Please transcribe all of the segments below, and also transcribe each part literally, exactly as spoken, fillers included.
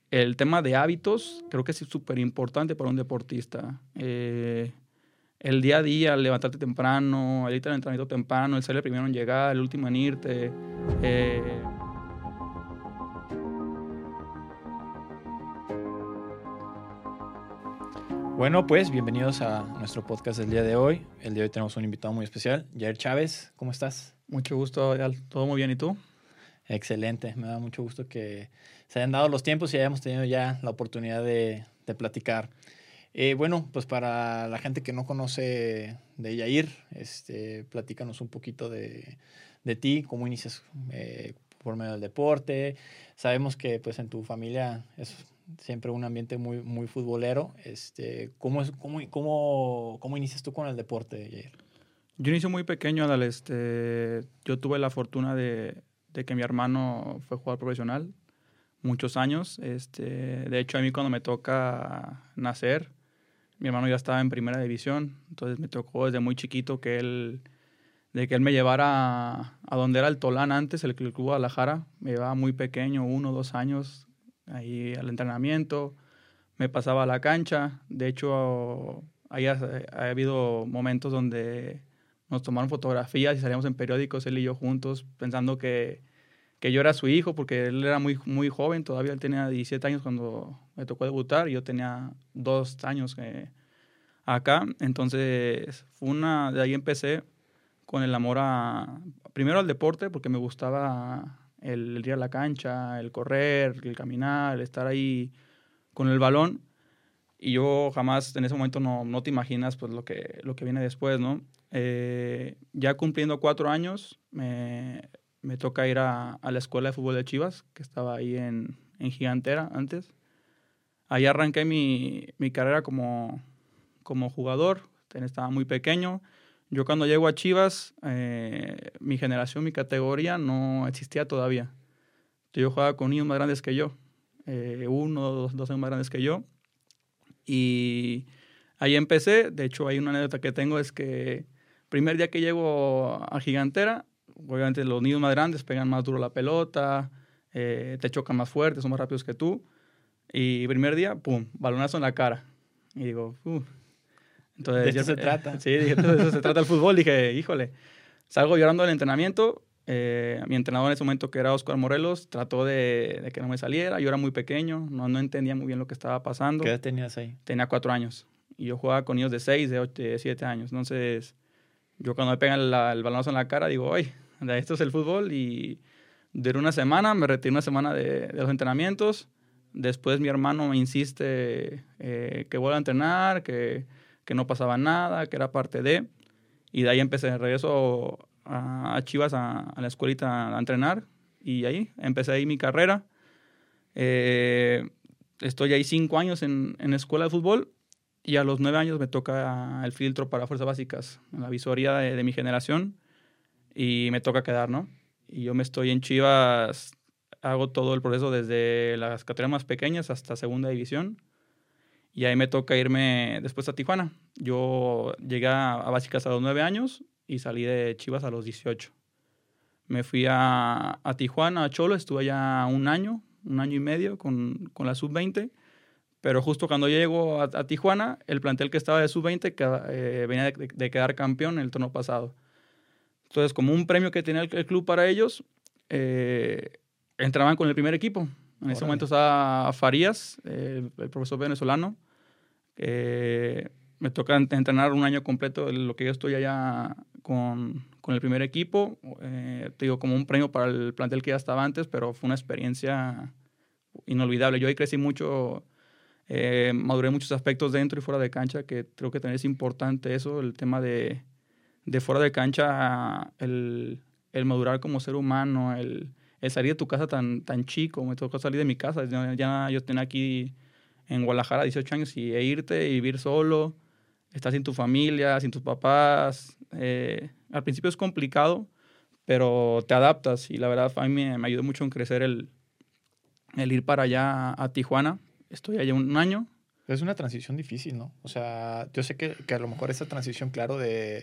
el tema de hábitos creo que es súper importante para un deportista. Eh, el día a día, el levantarte temprano, el irte al entrenamiento temprano, el ser el primero en llegar, el último en irte. Eh, Bueno, pues bienvenidos a nuestro podcast del día de hoy. El día de hoy tenemos un invitado muy especial, Jair Chávez. ¿Cómo estás? mucho gusto, Adal. Todo muy bien, ¿y tú? Excelente, me da mucho gusto que se hayan dado los tiempos y hayamos tenido ya la oportunidad de, de platicar. Eh, bueno, pues para la gente que no conoce de Jair, este, platícanos un poquito de, de ti, cómo inicias eh, por medio del deporte. Sabemos que pues en tu familia es siempre un ambiente muy, muy futbolero. Este, ¿cómo, es, cómo, cómo, ¿Cómo inicias tú con el deporte, Jair? Yo inicio muy pequeño, Adal. Este, yo tuve la fortuna de, de que mi hermano fue jugador profesional muchos años. Este, de hecho, a mí cuando me toca nacer, mi hermano ya estaba en primera división, entonces me tocó desde muy chiquito que él, de que él me llevara a, a donde era el Tolán antes, el, el Club Guadalajara. Me llevaba muy pequeño, uno o dos años, ahí al entrenamiento. Me pasaba a la cancha. De hecho, ahí ha, ha habido momentos donde nos tomaron fotografías y salíamos en periódicos, él y yo juntos, pensando que, que yo era su hijo, porque él era muy, muy joven, todavía él tenía diecisiete años cuando me tocó debutar, y yo tenía dos años eh, acá. Entonces, fue una, de ahí empecé con el amor a, primero al deporte, porque me gustaba el, el ir a la cancha, el correr, el caminar, el estar ahí con el balón. Y yo jamás en ese momento no, no te imaginas pues lo que, lo que viene después, ¿no? Eh, ya cumpliendo cuatro años, me, me toca ir a, a la escuela de fútbol de Chivas, que estaba ahí en, en Gigantera antes. Ahí arranqué mi, mi carrera como, como jugador, estaba muy pequeño. Yo cuando llego a Chivas, eh, mi generación, mi categoría no existía todavía. Yo jugaba con niños más grandes que yo, eh, uno, dos, dos años más grandes que yo. Y ahí empecé. De hecho, hay una anécdota que tengo, es que primer día que llego a Gigantera, obviamente los niños más grandes pegan más duro la pelota, eh, te chocan más fuerte, son más rápidos que tú. Y primer día, pum, balonazo en la cara. Y digo, uh. Entonces, ¿De ya, esto se eh, trata? sí, dije, de eso se trata el fútbol. Dije, híjole, salgo llorando del entrenamiento. Eh, mi entrenador en ese momento, que era Oscar Morelos, trató de, de que no me saliera. Yo era muy pequeño, no, no entendía muy bien lo que estaba pasando. ¿Qué edad tenías ahí? Tenía cuatro años y yo jugaba con niños de seis, de ocho, de siete años. Entonces, yo cuando me pegan la, el balonazo en la cara, digo, oye, esto es el fútbol. Y duré una semana, me retiré una semana de, de los entrenamientos. Después mi hermano me insiste eh, que vuelva a entrenar, que, que no pasaba nada, que era parte de. Y de ahí empecé, regreso a, a Chivas, a, a la escuelita a entrenar. Y ahí empecé ahí mi carrera. Eh, Estoy ahí cinco años en, en escuela de fútbol, y a los nueve años me toca el filtro para fuerzas básicas, en la visoría de, de mi generación, y me toca quedar, ¿no? Y yo me estoy en Chivas, hago todo el proceso desde las categorías más pequeñas hasta segunda división, y ahí me toca irme después a Tijuana. Yo llegué a, a básicas a los nueve años y salí de Chivas a los dieciocho. Me fui a, a Tijuana, a Cholo, estuve allá un año, un año y medio con, con la sub veinte. Pero justo cuando llego a, a Tijuana, el plantel que estaba de sub veinte que, eh, venía de, de quedar campeón en el torneo pasado. Entonces, como un premio que tenía el, el club para ellos, eh, entraban con el primer equipo. En ese Órale. momento estaba Farías, eh, el, el profesor venezolano. Eh, Me toca entrenar un año completo de lo que yo estoy allá con, con el primer equipo. Eh, te digo, como un premio para el plantel que ya estaba antes, pero fue una experiencia inolvidable. Yo ahí crecí mucho. Eh, maduré muchos aspectos dentro y fuera de cancha, que creo que también es importante eso, el tema de, de fuera de cancha, el, el madurar como ser humano, el, el salir de tu casa tan, tan chico. Me tocó salir de mi casa, ya, ya yo tenía aquí en Guadalajara dieciocho años, y e irte y vivir solo, estar sin tu familia, sin tus papás. Eh, al principio es complicado, pero te adaptas, y la verdad a mí me, me ayudó mucho en crecer el, el ir para allá a Tijuana. Estoy allá un año. Es una transición difícil, ¿no? O sea, yo sé que, que a lo mejor esa transición, claro, de,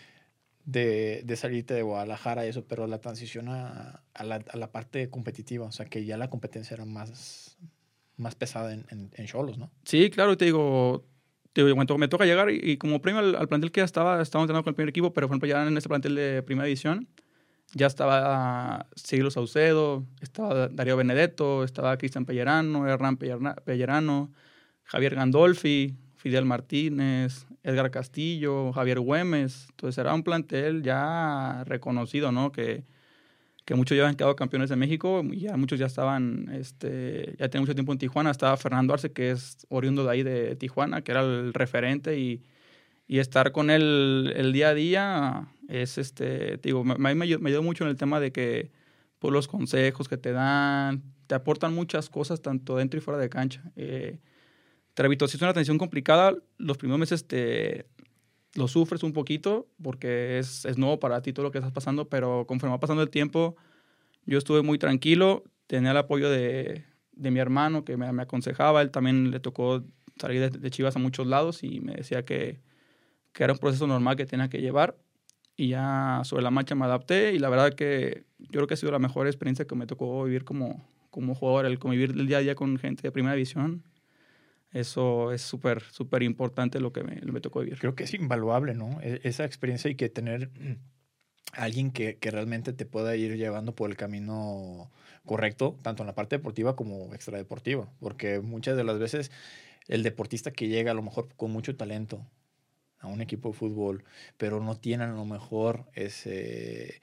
de, de salirte de Guadalajara y eso, pero la transición a, a, la, a la parte competitiva, o sea, que ya la competencia era más, más pesada en Xolos, ¿no? Sí, claro, te digo, te digo me, to- me toca llegar y, y como premio al, al plantel que ya estaba, estábamos entrenando con el primer equipo, pero por ejemplo ya en este plantel de primera división, ya estaba Siglo Saucedo, estaba Darío Benedetto, estaba Cristian Pellerano, Hernán Pellerna- Pellerano, Javier Gandolfi, Fidel Martínez, Edgar Castillo, Javier Güemes. Entonces era un plantel ya reconocido, ¿no? Que, que muchos ya habían quedado campeones de México y ya muchos ya estaban, este, ya tenían mucho tiempo en Tijuana. Estaba Fernando Arce, que es oriundo de ahí de Tijuana, que era el referente y, y estar con él el día a día es, este, te digo, me, me, me ayudó me ayudó mucho en el tema de que, pues, los consejos que te dan, te aportan muchas cosas tanto dentro y fuera de cancha. Eh, te repito, si es una transición complicada, los primeros meses te lo sufres un poquito porque es, es nuevo para ti todo lo que estás pasando, pero conforme va pasando el tiempo, yo estuve muy tranquilo, tenía el apoyo de, de mi hermano que me, me aconsejaba, él también le tocó salir de, de Chivas a muchos lados y me decía que, que era un proceso normal que tenía que llevar y ya sobre la marcha me adapté y la verdad que yo creo que ha sido la mejor experiencia que me tocó vivir como, como jugador, el convivir el día a día con gente de primera división. Eso es súper, súper importante lo que me, me tocó vivir. Creo que es invaluable, ¿no? E- esa experiencia y que tener alguien que, que realmente te pueda ir llevando por el camino correcto, tanto en la parte deportiva como extradeportiva, porque muchas de las veces el deportista que llega a lo mejor con mucho talento a un equipo de fútbol, pero no tiene a lo mejor ese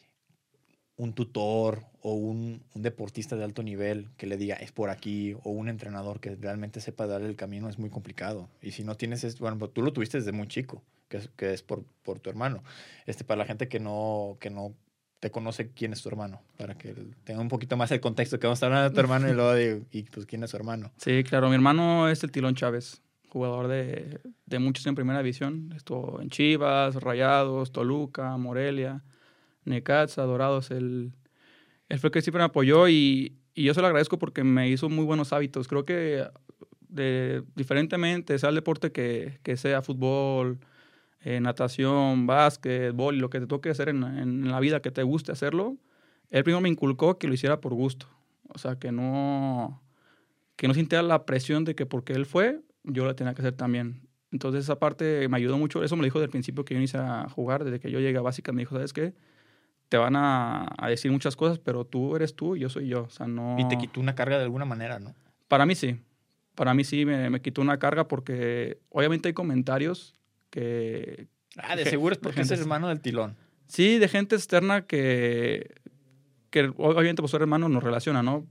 un tutor o un, un deportista de alto nivel que le diga es por aquí o un entrenador que realmente sepa darle el camino es muy complicado. Y si no tienes, es, bueno, tú lo tuviste desde muy chico, que es, que es por, por tu hermano. Este, para la gente que no, que no te conoce quién es tu hermano, para que tenga un poquito más el contexto que vamos a estar hablando de tu hermano y luego de, y pues quién es su hermano. Sí, claro, mi hermano es el Tilón Chávez, jugador de, de muchos en primera división. Estuvo en Chivas, Rayados, Toluca, Morelia, Necaxa, Dorados. Él, él fue el que siempre me apoyó y, y yo se lo agradezco porque me hizo muy buenos hábitos. Creo que de, diferentemente, sea el deporte que, que sea, fútbol, eh, natación, básquet, vóley, lo que te toque hacer en, en la vida que te guste hacerlo, él primero me inculcó que lo hiciera por gusto. O sea, que no, que no sintiera la presión de que porque él fue, yo la tenía que hacer también. Entonces esa parte me ayudó mucho. Eso me lo dijo desde el principio que yo inicié a jugar, desde que yo llegué a básica, me dijo, ¿sabes qué? Te van a, a decir muchas cosas, pero tú eres tú y yo soy yo. O sea, Y te no... quitó una carga de alguna manera, ¿no? Para mí sí. Para mí sí me, me quitó una carga porque obviamente hay comentarios que... Ah, de que- seguro es de porque es gente, el hermano del Tilón. sí, de gente externa que, que obviamente pues su hermano nos relaciona, ¿no?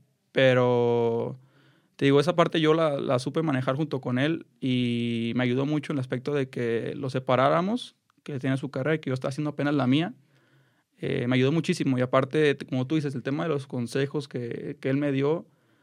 Pero te digo, esa parte yo la, la supe manejar junto con él y me ayudó mucho en el aspecto de que lo separáramos, que él tenía su carrera y que yo estaba haciendo apenas la mía. Eh, me ayudó muchísimo y aparte, como tú dices, el tema de los consejos que, que él me dio,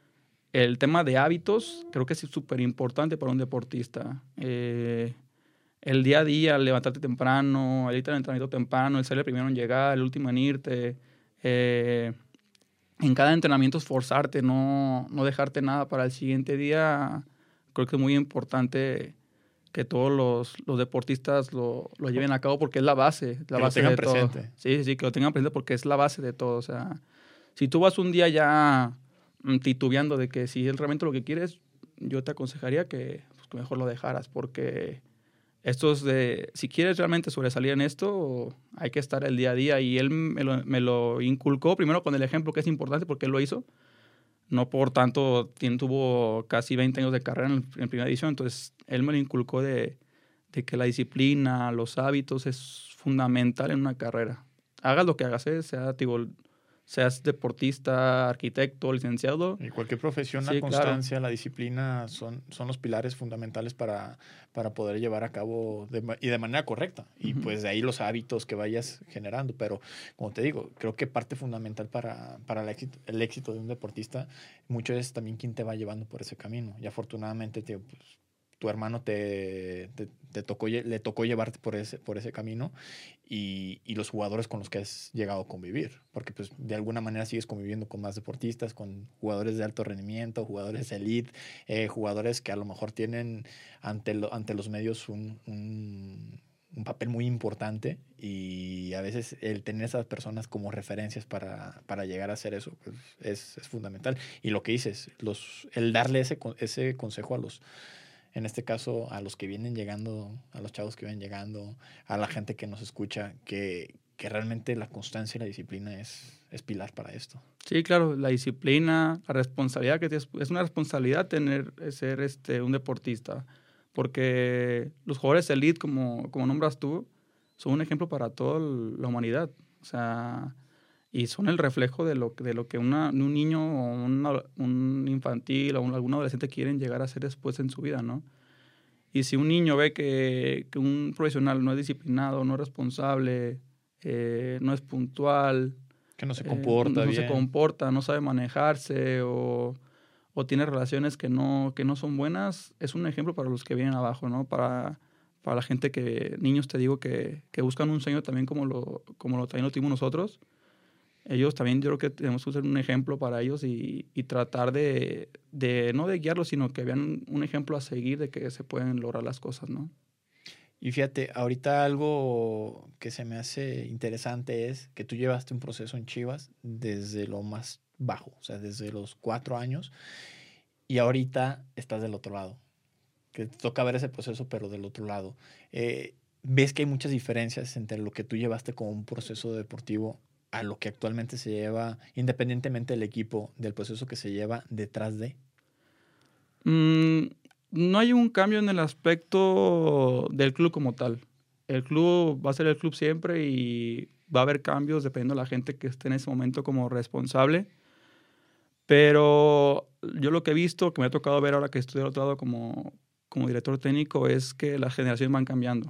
el tema de hábitos, creo que es súper importante para un deportista. Eh, el día a día, el levantarte temprano, el irte al entrenamiento temprano, el ser el primero en llegar, el último en irte. Eh, en cada entrenamiento esforzarte, no, no dejarte nada para el siguiente día. Creo que es muy importante que todos los, los deportistas lo, lo lleven a cabo porque es la base, la Que lo base tengan de todo. presente. Sí, sí, que lo tengan presente porque es la base de todo. O sea, si tú vas un día ya mm, titubeando de que si es realmente lo que quieres, yo te aconsejaría que, pues, que mejor lo dejaras porque esto es de, si quieres realmente sobresalir en esto, hay que estar el día a día. Y él me lo, me lo inculcó primero con el ejemplo que es importante porque él lo hizo. No por tanto, tiene, tuvo casi veinte años de carrera en, en primera división, entonces él me lo inculcó de, de que la disciplina, los hábitos es fundamental en una carrera. Hagas lo que hagas, ¿eh? Sea, digo, seas deportista, arquitecto, licenciado. En cualquier profesión, la Sí, claro. constancia, la disciplina son, son los pilares fundamentales para, para poder llevar a cabo de, ma- y de manera correcta. Y Ujú. pues de ahí los hábitos que vayas generando. Pero como te digo, creo que parte fundamental para, para el éxito, el éxito de un deportista, mucho es también quién te va llevando por ese camino. Y afortunadamente, te, pues, tu hermano te, te, te tocó, lle- le tocó llevarte por ese, por ese camino y, y los jugadores con los que has llegado a convivir, porque pues de alguna manera sigues conviviendo con más deportistas, con jugadores de alto rendimiento, jugadores de elite, eh, jugadores que a lo mejor tienen ante, lo, ante los medios un, un, un papel muy importante y a veces el tener esas personas como referencias para, para llegar a hacer eso pues, es, es fundamental. Y lo que dices, los, el darle ese, ese consejo a los, en este caso, a los que vienen llegando, a los chavos que vienen llegando, a la gente que nos escucha, que, que realmente la constancia y la disciplina es, es pilar para esto. Sí, claro, la disciplina, la responsabilidad, que es, es una responsabilidad tener, ser este, un deportista, porque los jugadores elite, como, como nombras tú, son un ejemplo para toda la humanidad, o sea, y son el reflejo de lo, de lo que una, un niño o una, un infantil o un, algún adolescente quieren llegar a ser después en su vida, ¿no? Y si un niño ve que, que un profesional no es disciplinado, no es responsable, eh, no es puntual, que no se eh, comporta no bien. se comporta, no sabe manejarse o, o tiene relaciones que no, que no son buenas, es un ejemplo para los que vienen abajo, ¿no? Para, para la gente que, niños te digo, que, que buscan un sueño también como lo, como lo, también lo tuvimos nosotros. Ellos también yo creo que tenemos que ser un ejemplo para ellos y, y tratar de, de, no de guiarlos, sino que vean un ejemplo a seguir de que se pueden lograr las cosas, ¿no? Y fíjate, ahorita algo que se me hace interesante es que tú llevaste un proceso en Chivas desde lo más bajo, o sea, desde los cuatro años, y ahorita estás del otro lado, que te toca ver ese proceso, pero del otro lado. Eh, ¿Ves que hay muchas diferencias entre lo que tú llevaste como un proceso deportivo a lo que actualmente se lleva, independientemente del equipo, del proceso que se lleva detrás de? Mm, no hay un cambio en el aspecto del club como tal. El club va a ser el club siempre y va a haber cambios dependiendo de la gente que esté en ese momento como responsable. Pero yo lo que he visto, que me ha tocado ver ahora que estoy al otro lado como, como director técnico, es que las generaciones van cambiando.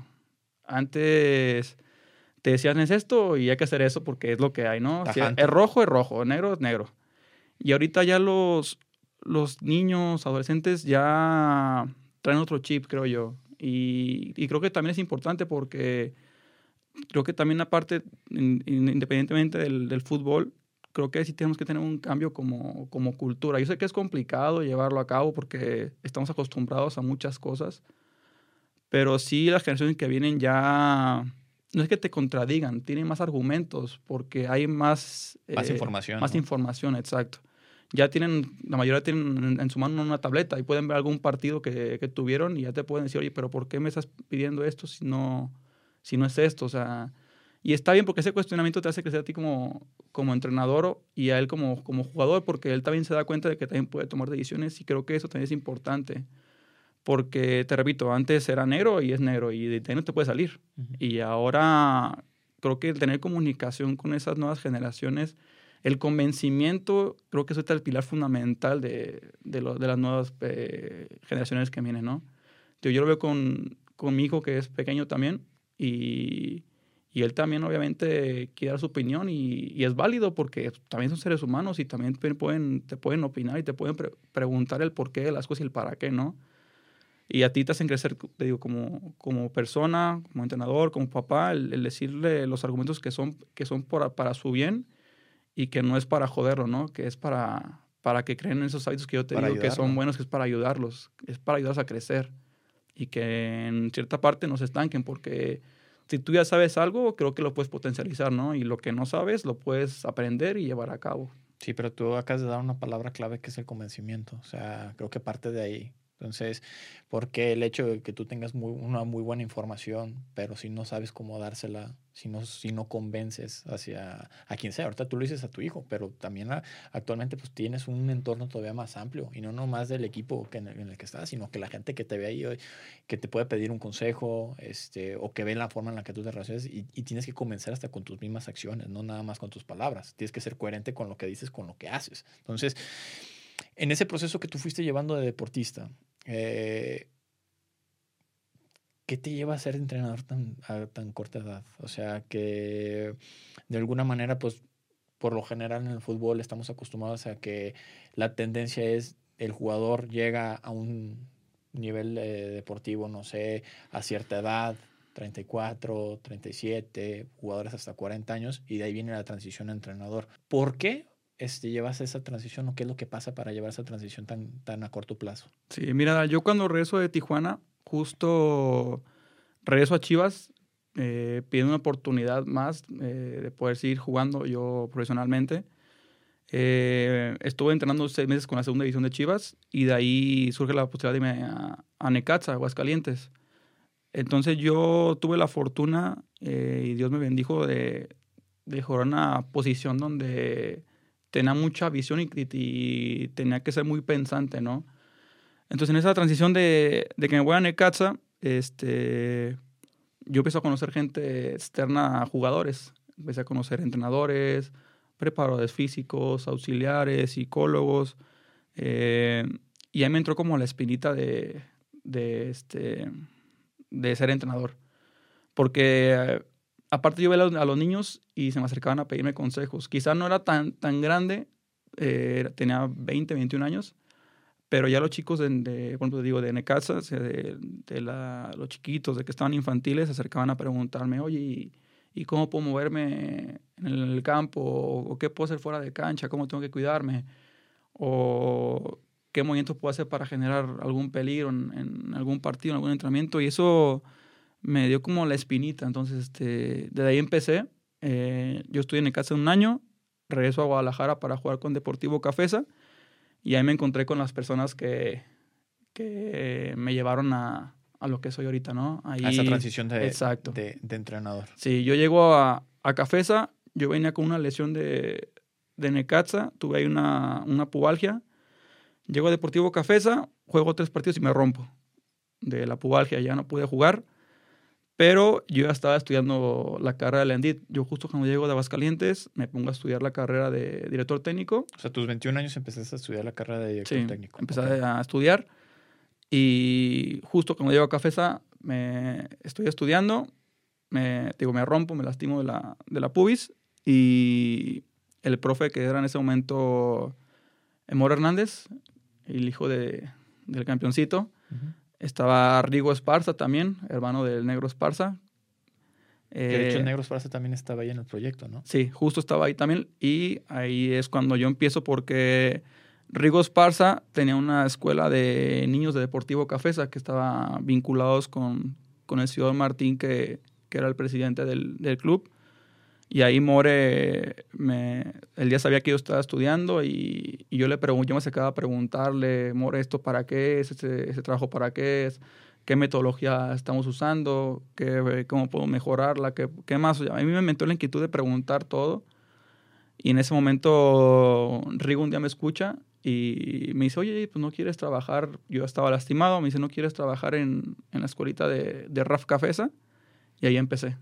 Antes te decían es esto y hay que hacer eso porque es lo que hay, ¿no? Si es rojo, es rojo, negro, es negro. Y ahorita ya los, los niños, adolescentes ya traen otro chip, creo yo. Y, y creo que también es importante porque creo que también aparte, in, in, independientemente del, del fútbol, creo que sí tenemos que tener un cambio como, como cultura. Yo sé que es complicado llevarlo a cabo porque estamos acostumbrados a muchas cosas, pero sí las generaciones que vienen ya, no es que te contradigan, tienen más argumentos porque hay más... Más eh, información. Más ¿no? información, exacto. Ya tienen, la mayoría tienen en, en su mano una tableta y pueden ver algún partido que, que tuvieron y ya te pueden decir, oye, pero ¿por qué me estás pidiendo esto si no, si no es esto? O sea, y está bien porque ese cuestionamiento te hace crecer a ti como, como entrenador y a él como, como jugador, porque él también se da cuenta de que también puede tomar decisiones y creo que eso también es importante. Porque, te repito, antes era negro y es negro y de ahí no te puede salir. Uh-huh. Y ahora creo que el tener comunicación con esas nuevas generaciones, el convencimiento, creo que eso es el pilar fundamental de, de, lo, de las nuevas eh, generaciones que vienen, ¿no? Yo, yo lo veo con, con mi hijo que es pequeño también y, y él también obviamente quiere dar su opinión y, y es válido porque también son seres humanos y también pueden, te pueden opinar y te pueden pre- preguntar el porqué de las cosas y el para qué, ¿no? Y a ti te hacen crecer, te digo, como, como persona, como entrenador, como papá, el, el decirle los argumentos que son, que son para, para su bien y que no es para joderlo, ¿no? Que es para, para que creen en esos hábitos que yo te para digo ayudarlo. Que son buenos, que es para ayudarlos, es para ayudarlos a crecer y que en cierta parte no se estanquen porque si tú ya sabes algo, creo que lo puedes potencializar, ¿no? Y lo que no sabes lo puedes aprender y llevar a cabo. Sí, pero tú acabas de dar una palabra clave que es el convencimiento. O sea, creo que parte de ahí. Entonces, porque el hecho de que tú tengas muy, una muy buena información, pero si no sabes cómo dársela, si no, si no convences hacia a quien sea, ahorita tú lo dices a tu hijo, pero también a, actualmente pues tienes un entorno todavía más amplio y no nomás del equipo que en, el, en el que estás, sino que la gente que te ve ahí, que te puede pedir un consejo, este, o que ve la forma en la que tú te relacionas y, y tienes que convencer hasta con tus mismas acciones, no nada más con tus palabras. Tienes que ser coherente con lo que dices, con lo que haces. Entonces, en ese proceso que tú fuiste llevando de deportista, eh, ¿qué te lleva a ser entrenador tan, a tan corta edad? O sea, que de alguna manera, pues, por lo general en el fútbol estamos acostumbrados a que la tendencia es el jugador llega a un nivel eh, deportivo, no sé, a cierta edad, treinta y cuatro, treinta y siete, jugadores hasta cuarenta años, y de ahí viene la transición a entrenador. ¿Por qué? Este, llevas esa transición o qué es lo que pasa para llevar esa transición tan, tan a corto plazo? Sí, mira, yo cuando regreso de Tijuana, justo regreso a Chivas, eh, pidiendo una oportunidad más eh, de poder seguir jugando yo profesionalmente. Eh, estuve entrenando seis meses con la segunda división de Chivas y de ahí surge la posibilidad de irme a, a Necaxa, Aguascalientes. Entonces yo tuve la fortuna eh, y Dios me bendijo de, de jugar una posición donde tenía mucha visión y, y tenía que ser muy pensante, ¿no? Entonces en esa transición de, de que me voy a Necaxa, este, yo empecé a conocer gente externa a jugadores. Empecé a conocer entrenadores, preparadores físicos, auxiliares, psicólogos. Eh, y ahí me entró como la espinita de, de, este, de ser entrenador. Porque eh, aparte yo veía a los, a los niños y se me acercaban a pedirme consejos. Quizás no era tan, tan grande, eh, tenía veinte, veintiún años, pero ya los chicos, de, de, por ejemplo, digo, de Necaxa, de, de la, los chiquitos, de que estaban infantiles, se acercaban a preguntarme, oye, ¿y, ¿y cómo puedo moverme en el campo? ¿O, o qué puedo hacer fuera de cancha? ¿Cómo tengo que cuidarme? ¿O qué movimientos puedo hacer para generar algún peligro en, en algún partido, en algún entrenamiento? Y eso me dio como la espinita. Entonces, este, desde ahí empecé. Eh, yo estuve en Necaxa un año, regreso a Guadalajara para jugar con Deportivo Cafesa. Y ahí me encontré con las personas que, que me llevaron a, a lo que soy ahorita, ¿no? Ahí, a esa transición de, exacto. de, de entrenador. Sí, yo llego a, a Cafesa, yo venía con una lesión de, de Necaxa, tuve ahí una, una pubalgia. Llego a Deportivo Cafesa, juego tres partidos y me rompo de la pubalgia, ya no pude jugar. Pero yo ya estaba estudiando la carrera de Lendit. Yo justo cuando llego de Aguascalientes me pongo a estudiar la carrera de director técnico. O sea, tus veintiún años empezaste a estudiar la carrera de director sí, técnico. empecé okay. a estudiar y justo cuando llego a Cafesa me estoy estudiando, me, digo, me rompo, me lastimo de la, de la pubis y el profe que era en ese momento Emor Hernández, el hijo de, del campeoncito, uh-huh. Estaba Rigo Esparza también, hermano del Negro Esparza. Que de hecho el Negro Esparza también estaba ahí en el proyecto, ¿no? Sí, justo estaba ahí también. Y ahí es cuando yo empiezo porque Rigo Esparza tenía una escuela de niños de Deportivo Cafesa que estaba vinculados con, con el señor Martín, que, que era el presidente del, del club. Y ahí More, me, él ya sabía que yo estaba estudiando y, y yo le pregunto, yo me acercaba a preguntarle, More, ¿esto para qué es? ¿Ese, ese trabajo para qué es? ¿Qué metodología estamos usando? ¿Qué, ¿Cómo puedo mejorarla? ¿Qué, qué más? A mí me inventó la inquietud de preguntar todo. Y en ese momento Rigo un día me escucha y me dice, oye, pues no quieres trabajar, yo estaba lastimado, me dice, ¿no quieres trabajar en, en la escuelita de, de Raf Cafesa? Y ahí empecé.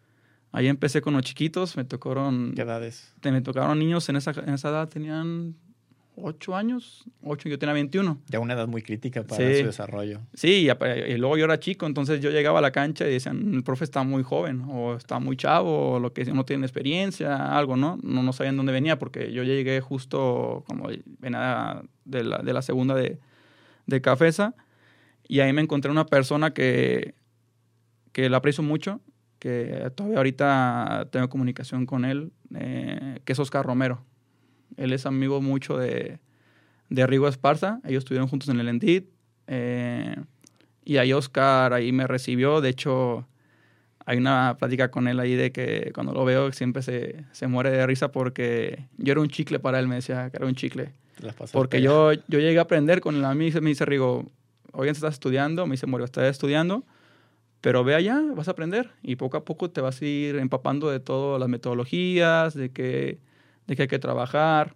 Ahí empecé con los chiquitos, me tocaron... ¿Qué edades? Me tocaron niños en esa, en esa edad, tenían ocho años, ocho, yo tenía veintiuno. Ya una edad muy crítica para sí. su desarrollo. Sí, y, y luego yo era chico, entonces yo llegaba a la cancha y decían, el profe está muy joven, o está muy chavo, o lo que no tiene experiencia, algo, ¿no? No, no sabían dónde venía, porque yo llegué justo como venía de la, de la segunda de, de Cafesa, y ahí me encontré una persona que, que la aprecio mucho, que todavía ahorita tengo comunicación con él, eh, que es Oscar Romero. Él es amigo mucho de, de Rigo Esparza. Ellos estuvieron juntos en el Endit. Eh, y ahí Oscar ahí me recibió. De hecho, hay una plática con él ahí de que cuando lo veo siempre se, se muere de risa porque yo era un chicle para él. Me decía que era un chicle. Porque yo, yo llegué a aprender con él. A mí me dice Rigo, oye, ¿estás estudiando? Me dice, Morio, ¿estás estudiando? Pero ve allá, vas a aprender y poco a poco te vas a ir empapando de todas las metodologías, de qué, de qué hay que trabajar.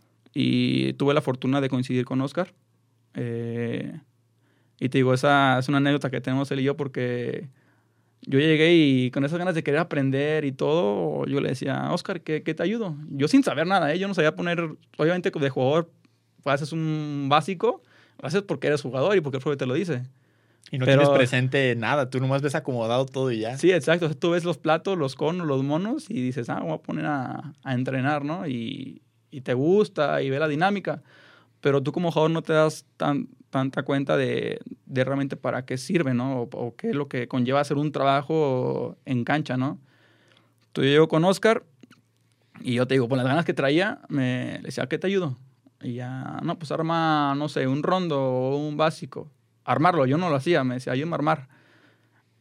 Y tuve la fortuna de coincidir con Oscar. Eh, y te digo, esa es una anécdota que tenemos él y yo porque yo llegué y con esas ganas de querer aprender y todo, yo le decía, Oscar, ¿qué, qué te ayudo? Yo sin saber nada, ¿eh? Yo no sabía poner, obviamente de jugador, pues, haces un básico, lo haces porque eres jugador y porque el profe te lo dice. Y no Pero, tienes presente nada, tú nomás ves acomodado todo y ya. Sí, exacto. O sea, tú ves los platos, los conos, los monos y dices, ah, voy a poner a, a entrenar, ¿no? Y, y te gusta y ves la dinámica. Pero tú como jugador no te das tan, tanta cuenta de, de realmente para qué sirve, ¿no? O, o qué es lo que conlleva hacer un trabajo en cancha, ¿no? Entonces yo llego con Oscar y yo te digo, por las ganas que traía, me le decía, ¿qué te ayudo? Y ya, no, pues arma, no sé, un rondo o un básico. Armarlo, yo no lo hacía, me decía, ayúdame a armar.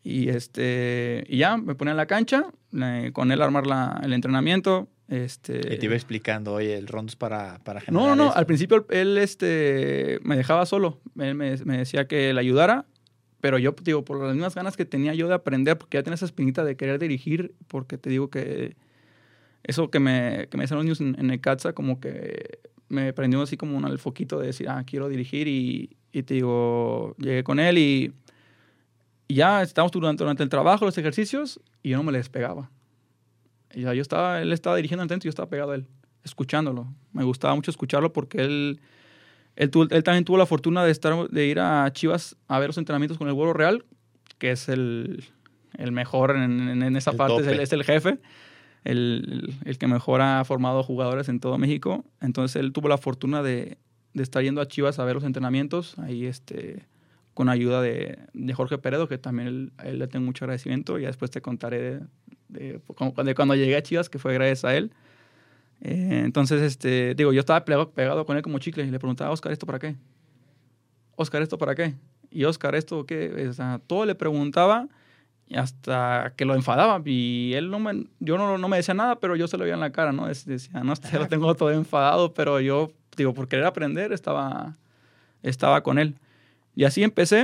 Y, este, y ya, me ponía en la cancha, eh, con él armar la, el entrenamiento. Este... Y te iba explicando, oye, el rondo es para, para generar No, no, no, esto. al principio él este, me dejaba solo. Él me, me decía que le ayudara, pero yo, digo, por las mismas ganas que tenía yo de aprender, porque ya tenía esa espinita de querer dirigir, porque te digo que eso que me, que me decían los niños en, en Necaxa, como que me prendió así como un, el foquito de decir, ah, quiero dirigir, y, y te digo, llegué con él y, y ya estábamos durante, durante el trabajo, los ejercicios, y yo no me le despegaba. Y ya yo estaba, él estaba dirigiendo el centro y yo estaba pegado a él, escuchándolo. Me gustaba mucho escucharlo porque él, él, tuvo, él también tuvo la fortuna de, estar, de ir a Chivas a ver los entrenamientos con el Güero Real, que es el, el mejor en, en, en esa El parte, es tope. el, es el jefe, el, el que mejor ha formado jugadores en todo México. Entonces él tuvo la fortuna de, de estar yendo a Chivas a ver los entrenamientos, ahí este, con ayuda de, de Jorge Peredo, que también él, a él le tengo mucho agradecimiento, y después te contaré de, de, de, de cuando llegué a Chivas, que fue gracias a él. Eh, entonces, este, digo, yo estaba pegado, pegado con él como chicle y le preguntaba, Oscar, ¿esto para qué? Oscar, ¿esto para qué? Y Oscar, ¿esto qué? O sea, todo le preguntaba y hasta que lo enfadaba. Y él no me, yo no, no me decía nada, pero yo se lo veía en la cara, ¿no? Decía, no, este lo tengo todo enfadado, pero yo, digo, por querer aprender, estaba, estaba con él. Y así empecé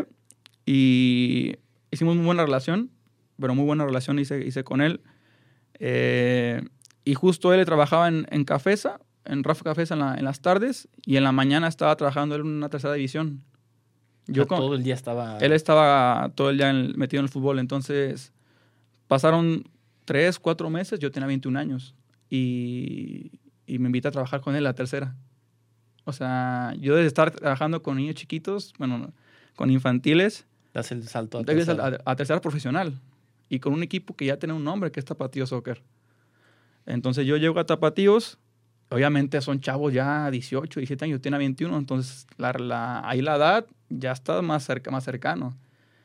y hicimos muy buena relación, pero muy buena relación hice, hice con él. Eh, y justo él trabajaba en, en Cafesa, en Rafa Cafesa en, la, en las tardes, y en la mañana estaba trabajando él en una tercera división. Yo o sea, con, todo el día estaba... Él estaba todo el día en, metido en el fútbol. Entonces pasaron tres, cuatro meses, yo tenía veintiún años, y, y me invita a trabajar con él la tercera. O sea, yo desde estar trabajando con niños chiquitos, bueno, con infantiles, das el salto a tercera. A, a tercera profesional, y con un equipo que ya tiene un nombre, que es Tapatíos Soccer. Entonces yo llego a Tapatíos, obviamente son chavos ya dieciocho, diecisiete años, yo tenía veintiuno, entonces la, la, ahí la edad ya está más, cerca, más cercano.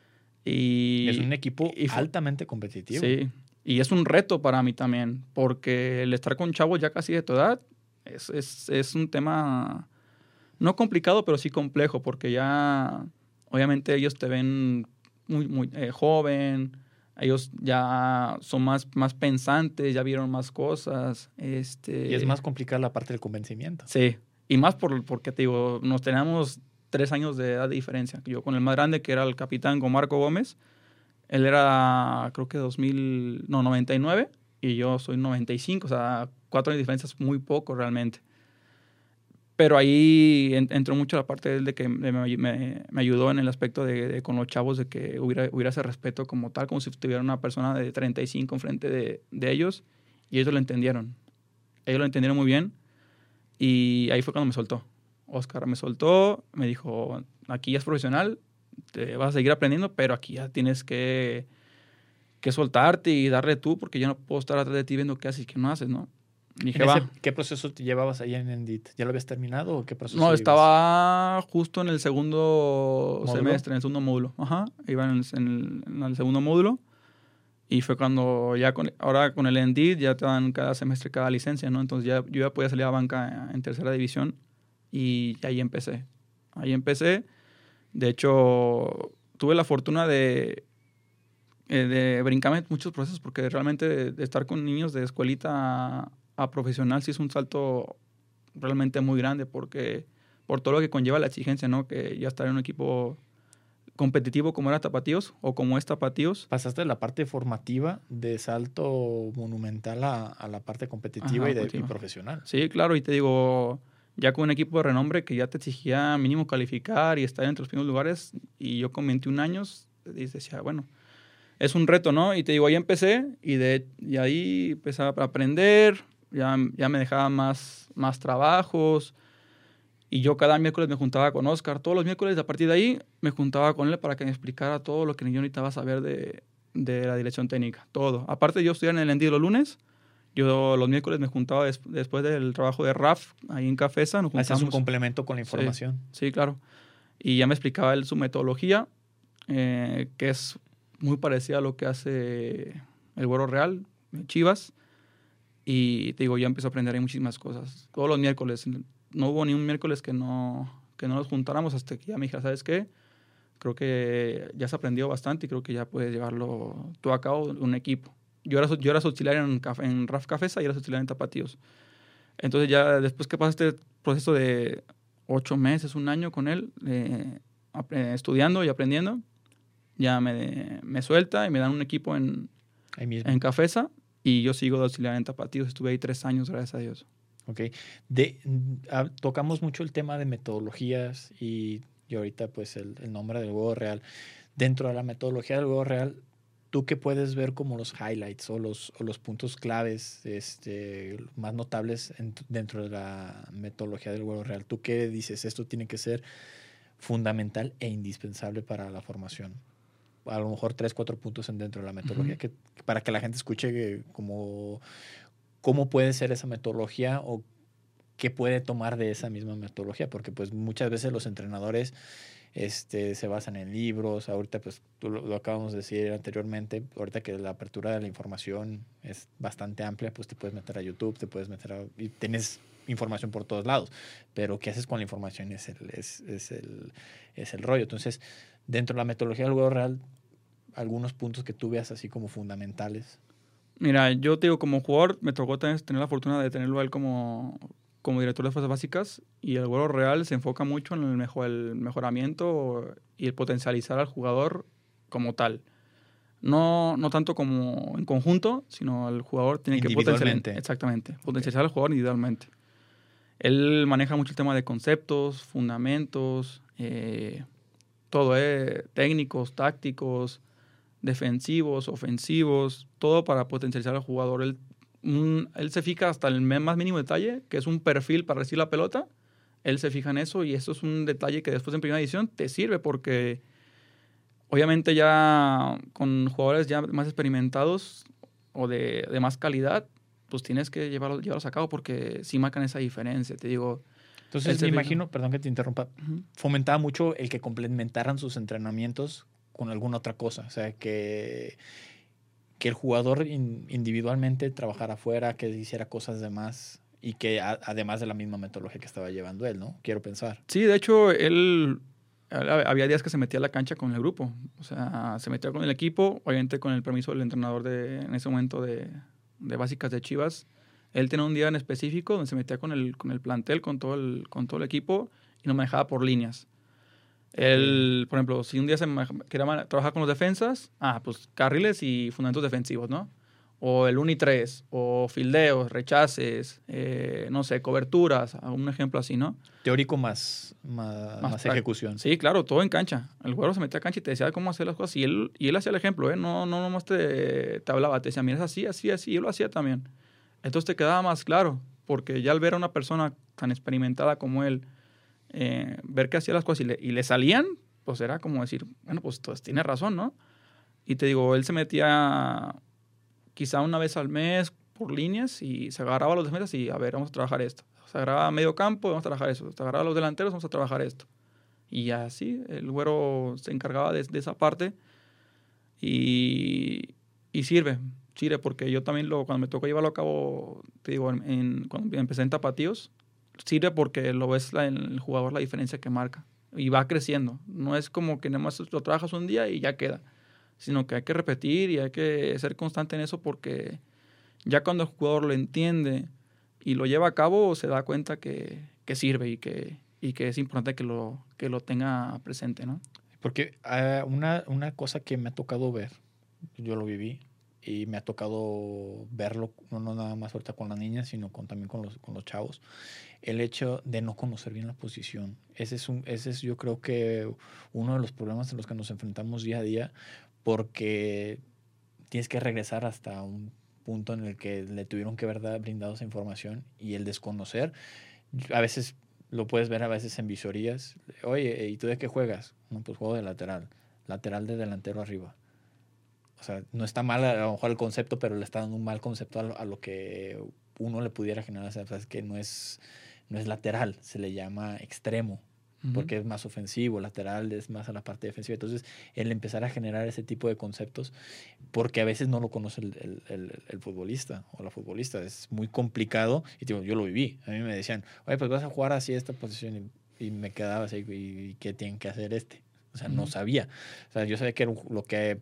Y es un equipo y fue, altamente competitivo. Sí, y es un reto para mí también, porque el estar con chavos ya casi de tu edad es, es, es un tema no complicado, pero sí complejo, porque ya obviamente ellos te ven muy, muy eh, joven, ellos ya son más, más pensantes, ya vieron más cosas. Este... Y es más complicada la parte del convencimiento. Sí, y más por, porque te digo, nos tenemos tres años de edad de diferencia. Yo con el más grande, que era el capitán Gomarco Gómez, él era creo que dos mil, no, noventa y nueve, y yo soy noventa y cinco, o sea, cuatro años de diferencia es muy poco realmente. Pero ahí entró mucho la parte de él de que me, me, me ayudó en el aspecto de, de con los chavos, de que hubiera, hubiera ese respeto como tal, como si tuviera una persona de treinta y cinco enfrente de, de ellos, y ellos lo entendieron. Ellos lo entendieron muy bien, y ahí fue cuando me soltó. Oscar me soltó, me dijo, aquí ya es profesional, te vas a seguir aprendiendo, pero aquí ya tienes que, que soltarte y darle tú, porque yo no puedo estar atrás de ti viendo qué haces y qué no haces, ¿no? Y dije, va. ¿Qué proceso te llevabas allá en Endit? ¿Ya lo habías terminado o qué proceso? No, ibas? estaba justo en el segundo ¿Módulo? semestre, en el segundo módulo. Ajá, iba en el, en, el, en el segundo módulo. Y fue cuando ya, con, ahora con el Endit ya te dan cada semestre cada licencia, ¿no? Entonces ya yo ya podía salir a banca en tercera división, y ahí empecé. Ahí empecé. De hecho, tuve la fortuna de, de brincarme muchos procesos, porque realmente de, de estar con niños de escuelita a, a profesional sí es un salto realmente muy grande, porque por todo lo que conlleva la exigencia, ¿no? Que ya estar en un equipo competitivo como era Tapatíos o como es Tapatíos. Pasaste de la parte formativa de salto monumental a, a la parte competitiva. Ajá, y, de, y profesional. Sí, claro, y te digo, ya con un equipo de renombre que ya te exigía mínimo calificar y estar entre los primeros lugares, y yo con veintiún años decía, bueno, es un reto, ¿no? Y te digo, ahí empecé, y, de, y ahí empecé a aprender, ya, ya me dejaba más, más trabajos, y yo cada miércoles me juntaba con Oscar, todos los miércoles a partir de ahí me juntaba con él para que me explicara todo lo que yo necesitaba saber de, de la dirección técnica, todo. Aparte de yo estudiar en el Endit los lunes, yo los miércoles me juntaba des, después del trabajo de R A F, ahí en Cafesa. Nos Hacías un complemento con la información. Sí, sí, claro. Y ya me explicaba él su metodología, eh, que es muy parecida a lo que hace el Güero Real, Chivas. Y te digo, ya empecé a aprender ahí muchísimas cosas. Todos los miércoles. No hubo ni un miércoles que no, que no nos juntáramos hasta que ya me dijera, ¿sabes qué? Creo que ya se aprendió bastante y creo que ya puedes llevarlo todo a cabo en un equipo. Yo era, yo era su auxiliar en, caf- en Raf Cafesa y era su auxiliar en Tapatíos. Entonces ya después que pasa este proceso de ocho meses, un año con él, eh, apre- estudiando y aprendiendo, ya me, me suelta y me dan un equipo en, Ahí mismo. en Cafesa y yo sigo de auxiliar en Tapatíos. Estuve ahí tres años, gracias a Dios. Ok. De, mm, ah, tocamos mucho el tema de metodologías y, y ahorita pues el, el nombre del juego real. Dentro de la metodología del juego real, ¿tú qué puedes ver como los highlights o los, o los puntos claves este, más notables en- dentro de la metodología del juego real? ¿Tú qué dices? Esto tiene que ser fundamental e indispensable para la formación. A lo mejor tres, cuatro puntos en dentro de la metodología, Ujú. que, para que la gente escuche que como cómo puede ser esa metodología o qué puede tomar de esa misma metodología, porque pues muchas veces los entrenadores este, se basan en libros, ahorita pues tú lo, lo acabamos de decir anteriormente, ahorita que la apertura de la información es bastante amplia, pues te puedes meter a YouTube, te puedes meter a... y tienes información por todos lados, pero ¿qué haces con la información? Es el, es, es el, es el rollo. Entonces, dentro de la metodología del juego real, algunos puntos que tú veas así como fundamentales. Mira, yo te digo, como jugador me tocó tener, tener la fortuna de tenerlo a él como, como director de fuerzas básicas y el vuelo real se enfoca mucho en el, mejor, el mejoramiento y el potencializar al jugador como tal. No, no tanto como en conjunto, sino el jugador tiene que potencializar, Individualmente. exactamente, Ok. potencializar al jugador individualmente. Él maneja mucho el tema de conceptos, fundamentos, eh, todo, eh, técnicos, tácticos, defensivos, ofensivos, todo para potencializar al jugador. Él, un- él se fija hasta el me- más mínimo detalle, que es un perfil para recibir la pelota. Él se fija en eso y eso es un detalle que después en primera edición te sirve porque obviamente ya con jugadores ya más experimentados o de, de más calidad, pues tienes que llevarlo, llevarlos a cabo porque sí marcan esa diferencia. Te digo, él Entonces me se fija. imagino, perdón que te interrumpa, Ujú. fomentaba mucho el que complementaran sus entrenamientos con alguna otra cosa. O sea, que, que el jugador in- individualmente trabajara afuera, que hiciera cosas de más y que a- además de la misma metodología que estaba llevando él, ¿no? Quiero pensar. Sí, de hecho, él él- había días que se metía a la cancha con el grupo. O sea, se metía con el equipo, obviamente con el permiso del entrenador de, en ese momento de, de básicas de Chivas. Él tenía un día en específico donde se metía con el, con el plantel, con todo el, con todo el equipo y nos manejaba por líneas. Ok. Él, por ejemplo, si un día se maneja- quería ma- trabajar con los defensas, ah, pues carriles y fundamentos defensivos, ¿no? O el uno y tres, o fildeos, rechaces, eh, no sé, coberturas, un ejemplo así, ¿no? Teórico más, más, Más más práctico. ejecución. Sí, claro, todo en cancha. El güero se metía a cancha y te decía cómo hacer las cosas. Y él, y él hacía el ejemplo, ¿eh? No, no nomás te, te hablaba, te decía, mira, es así, así, así. Y él lo hacía también. Entonces te quedaba más claro, porque ya al ver a una persona tan experimentada como él, eh, ver que hacía las cosas y le, y le salían, pues era como decir, bueno, pues, pues tiene razón, ¿no? Y te digo, él se metía quizá una vez al mes por líneas y se agarraba a los defensas y, a ver, vamos a trabajar esto. Se agarraba a medio campo, vamos a trabajar eso. Se agarraba a los delanteros, vamos a trabajar esto. Y así, el güero se encargaba de, de esa parte y, y sirve, sirve, porque yo también lo, cuando me tocó llevarlo a cabo, te digo, en, en- cuando empecé en Tapatíos, sirve porque lo ves la- en el jugador la diferencia que marca y va creciendo. No es como que nada más lo trabajas un día y ya queda, sino que hay que repetir y hay que ser constante en eso porque ya cuando el jugador lo entiende y lo lleva a cabo, se da cuenta que, que sirve y que, y que es importante que lo, que lo tenga presente, ¿no? Porque ah, una, una cosa que me ha tocado ver, yo lo viví, y me ha tocado verlo, no, no nada más ahorita con las niñas, sino con, también con los, con los chavos, el hecho de no conocer bien la posición. Ese es, un, ese es yo creo que uno de los problemas en los que nos enfrentamos día a día, porque tienes que regresar hasta un punto en el que le tuvieron que haber da- brindado esa información y el desconocer, a veces lo puedes ver a veces en visorías. Oye, ¿y tú de qué juegas? No, pues juego de lateral. Lateral de delantero arriba. O sea, no está mal a lo mejor el concepto, pero le está dando un mal concepto a lo, a lo que uno le pudiera generar. O sea, es que no es, no es lateral, se le llama extremo, Ujú. porque es más ofensivo, lateral es más a la parte defensiva. Entonces, el empezar a generar ese tipo de conceptos, porque a veces no lo conoce el, el, el, el futbolista o la futbolista, es muy complicado. Y digo, yo lo viví. A mí me decían, oye, pues vas a jugar así esta posición, y, y me quedaba así, ¿y qué tienen que hacer este? O sea, Uh-huh. no sabía. O sea, yo sabía que era un, lo que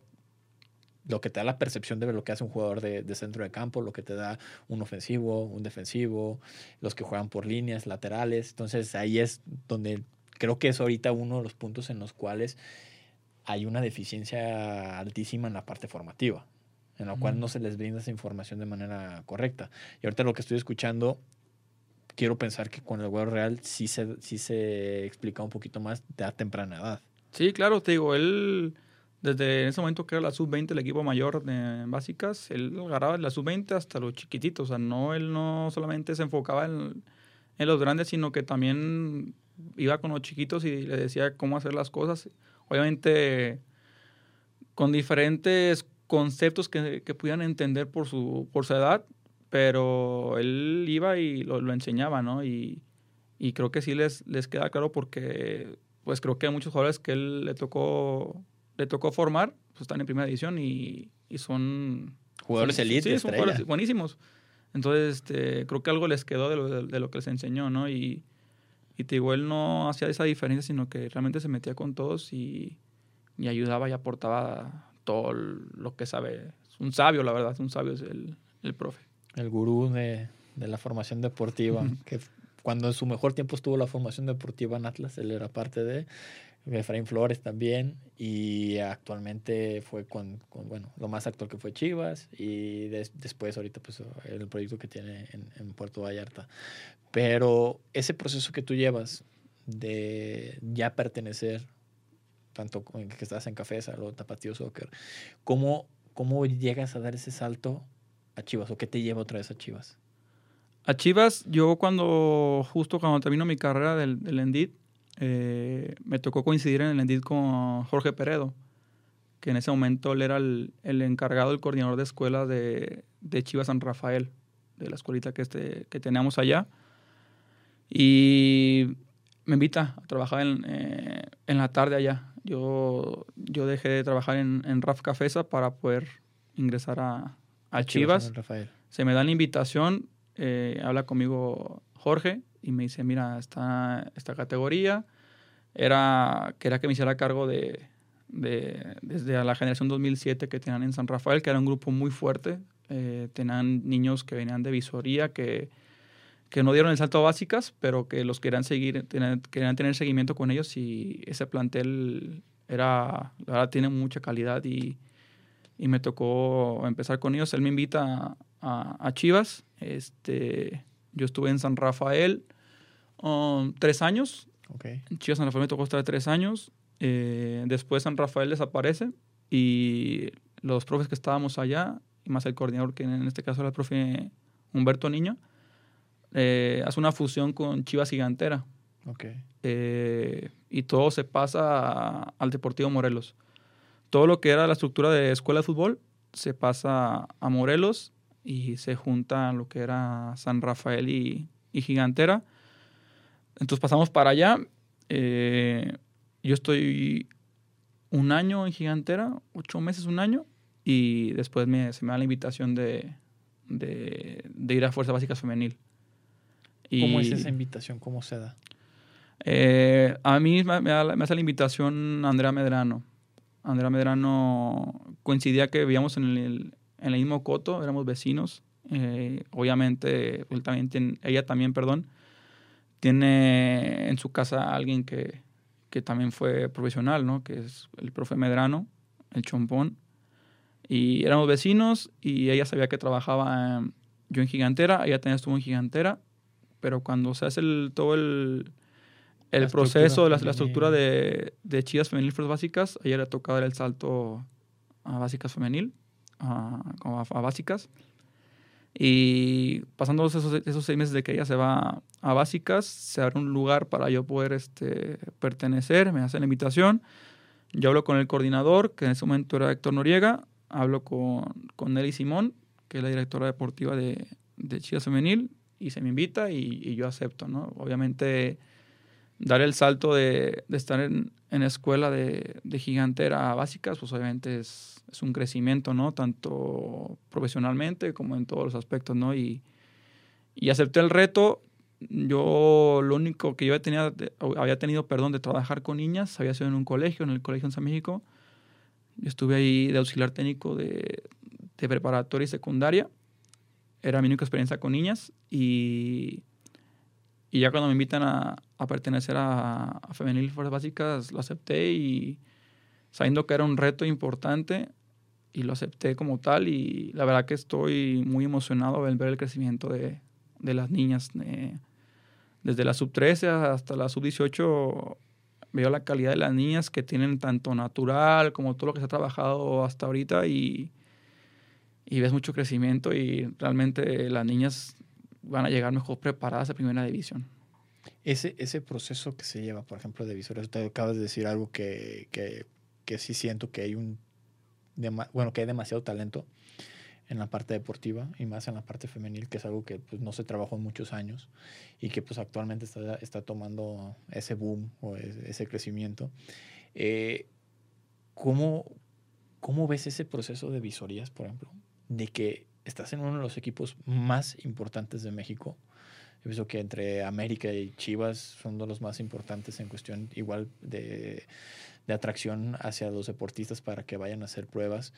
lo que te da la percepción de lo que hace un jugador de, de centro de campo, lo que te da un ofensivo, un defensivo, los que juegan por líneas, laterales. Entonces ahí es donde creo que es ahorita uno de los puntos en los cuales hay una deficiencia altísima en la parte formativa, en la uh-huh. cual no se les brinda esa información de manera correcta. Y ahorita lo que estoy escuchando, quiero pensar que con el Güero Real sí se, sí se explica un poquito más de a temprana edad. Sí, claro, te digo, él... Desde ese momento que era la sub veinte, el equipo mayor de básicas, él agarraba la sub veinte hasta los chiquititos. O sea, no, él no solamente se enfocaba en, en los grandes, sino que también iba con los chiquitos y les decía cómo hacer las cosas. Obviamente con diferentes conceptos que, que pudieran entender por su, por su edad, pero él iba y lo, lo enseñaba, ¿no? Y, y creo que sí les, les queda claro porque pues creo que hay muchos jugadores que él le tocó... le tocó formar, pues están en primera división y, y son... Jugadores elite, sí, son jugadores buenísimos. Entonces, este, creo que algo les quedó de lo, de, de lo que les enseñó, ¿no? Y, y te digo, él no hacía esa diferencia, sino que realmente se metía con todos y, y ayudaba y aportaba todo lo que sabe. Es un sabio, la verdad, un sabio es el, el profe. El gurú de, de la formación deportiva, que cuando en su mejor tiempo estuvo la formación deportiva en Atlas, él era parte de... Efraín Flores también, y actualmente fue con, con, bueno, lo más actual que fue Chivas, y des, después ahorita pues el proyecto que tiene en, en Puerto Vallarta. Pero ese proceso que tú llevas de ya pertenecer, tanto que estás en Cafesa o Tapatío Soccer, ¿cómo, ¿cómo llegas a dar ese salto a Chivas, o qué te lleva otra vez a Chivas? A Chivas, yo cuando, justo cuando termino mi carrera del, del Endit, Eh, me tocó coincidir en el Endit con Jorge Peredo, que en ese momento él era el, el encargado, el coordinador de escuela de, de Chivas San Rafael, de la escuelita que, este, que teníamos allá. Y me invita a trabajar en, eh, en la tarde allá. Yo, yo dejé de trabajar en, en Raf Cafesa para poder ingresar a, a Chivas. Chivas Rafael. Se me da la invitación, eh, habla conmigo Jorge y me dice, mira, está esta categoría, era, quería que me hiciera cargo de, de, desde la generación dos mil siete que tenían en San Rafael, que era un grupo muy fuerte, eh, tenían niños que venían de visoría, que, que no dieron el salto a básicas, pero que los querían seguir, tenían, querían tener seguimiento con ellos, y ese plantel era, la verdad, tiene mucha calidad, y, y me tocó empezar con ellos. Él me invita a, a, a Chivas, este... Yo estuve en San Rafael um, tres años. Okay. En Chivas San Rafael me tocó estar tres años. Eh, después San Rafael desaparece y los profes que estábamos allá, y más el coordinador, que en este caso era el profe Humberto Niño, eh, hace una fusión con Chivas Gigantera. Okay. Eh, y todo se pasa a, al Deportivo Morelos. Todo lo que era la estructura de escuela de fútbol se pasa a Morelos, y se junta lo que era San Rafael y, y Gigantera. Entonces pasamos para allá. Eh, yo estoy un año en Gigantera, ocho meses, un año, y después me, se me da la invitación de, de, de ir a Fuerzas Básicas Femenil. Y, ¿cómo es esa invitación? ¿Cómo se da? Eh, a mí me, me, da, me hace la invitación Andrea Medrano. Andrea Medrano coincidía que vivíamos en el... en el mismo coto, éramos vecinos. Eh, obviamente, él también tiene, ella también, perdón, tiene en su casa a alguien que, que también fue profesional, ¿no? Que es el profe Medrano, el Chompón. Y éramos vecinos, y ella sabía que trabajaba eh, yo en Gigantera, ella también estuvo en Gigantera, pero cuando se hace el, todo el, el proceso, la, la estructura de, de Chivas Femenil Fuerzas Básicas, a ella le tocaba dar el salto a Básicas Femenil. A, a, a básicas, y pasando esos, esos seis meses de que ella se va a básicas, se abre un lugar para yo poder este, pertenecer. Me hace la invitación, yo hablo con el coordinador, que en ese momento era Héctor Noriega, hablo con, con Nelly Simón, que es la directora deportiva de, de Chivas Femenil, y se me invita, y, y yo acepto, ¿no? Obviamente dar el salto de, de estar en, en escuela de, de Gigantera a básicas, pues obviamente es, es un crecimiento, ¿no? Tanto profesionalmente como en todos los aspectos, ¿no? Y, y acepté el reto. yo lo único que yo había tenido, había tenido, perdón, de trabajar con niñas, había sido en un colegio, en el colegio en San México. Yo estuve ahí de auxiliar técnico de, de preparatoria y secundaria. Era mi única experiencia con niñas y, y ya cuando me invitan a, a pertenecer a, a Femenil Fuerzas Básicas, lo acepté y sabiendo que era un reto importante y lo acepté como tal y la verdad que estoy muy emocionado al ver el crecimiento de, de las niñas. Eh, desde la sub trece hasta la sub dieciocho veo la calidad de las niñas que tienen tanto natural como todo lo que se ha trabajado hasta ahorita y, y ves mucho crecimiento y realmente las niñas van a llegar mejor preparadas a primera división. Ese, ese proceso que se lleva, por ejemplo, de visores, te acabas de decir algo que, que, que sí siento que hay un, dema, bueno, que hay demasiado talento en la parte deportiva y más en la parte femenil, que es algo que pues, no se trabajó en muchos años y que pues actualmente está, está tomando ese boom o ese, ese crecimiento. Eh, ¿cómo, ¿Cómo ves ese proceso de visorías, por ejemplo? De que estás en uno de los equipos más importantes de México. Yo pienso que entre América y Chivas son de los más importantes en cuestión igual de, de atracción hacia los deportistas para que vayan a hacer pruebas.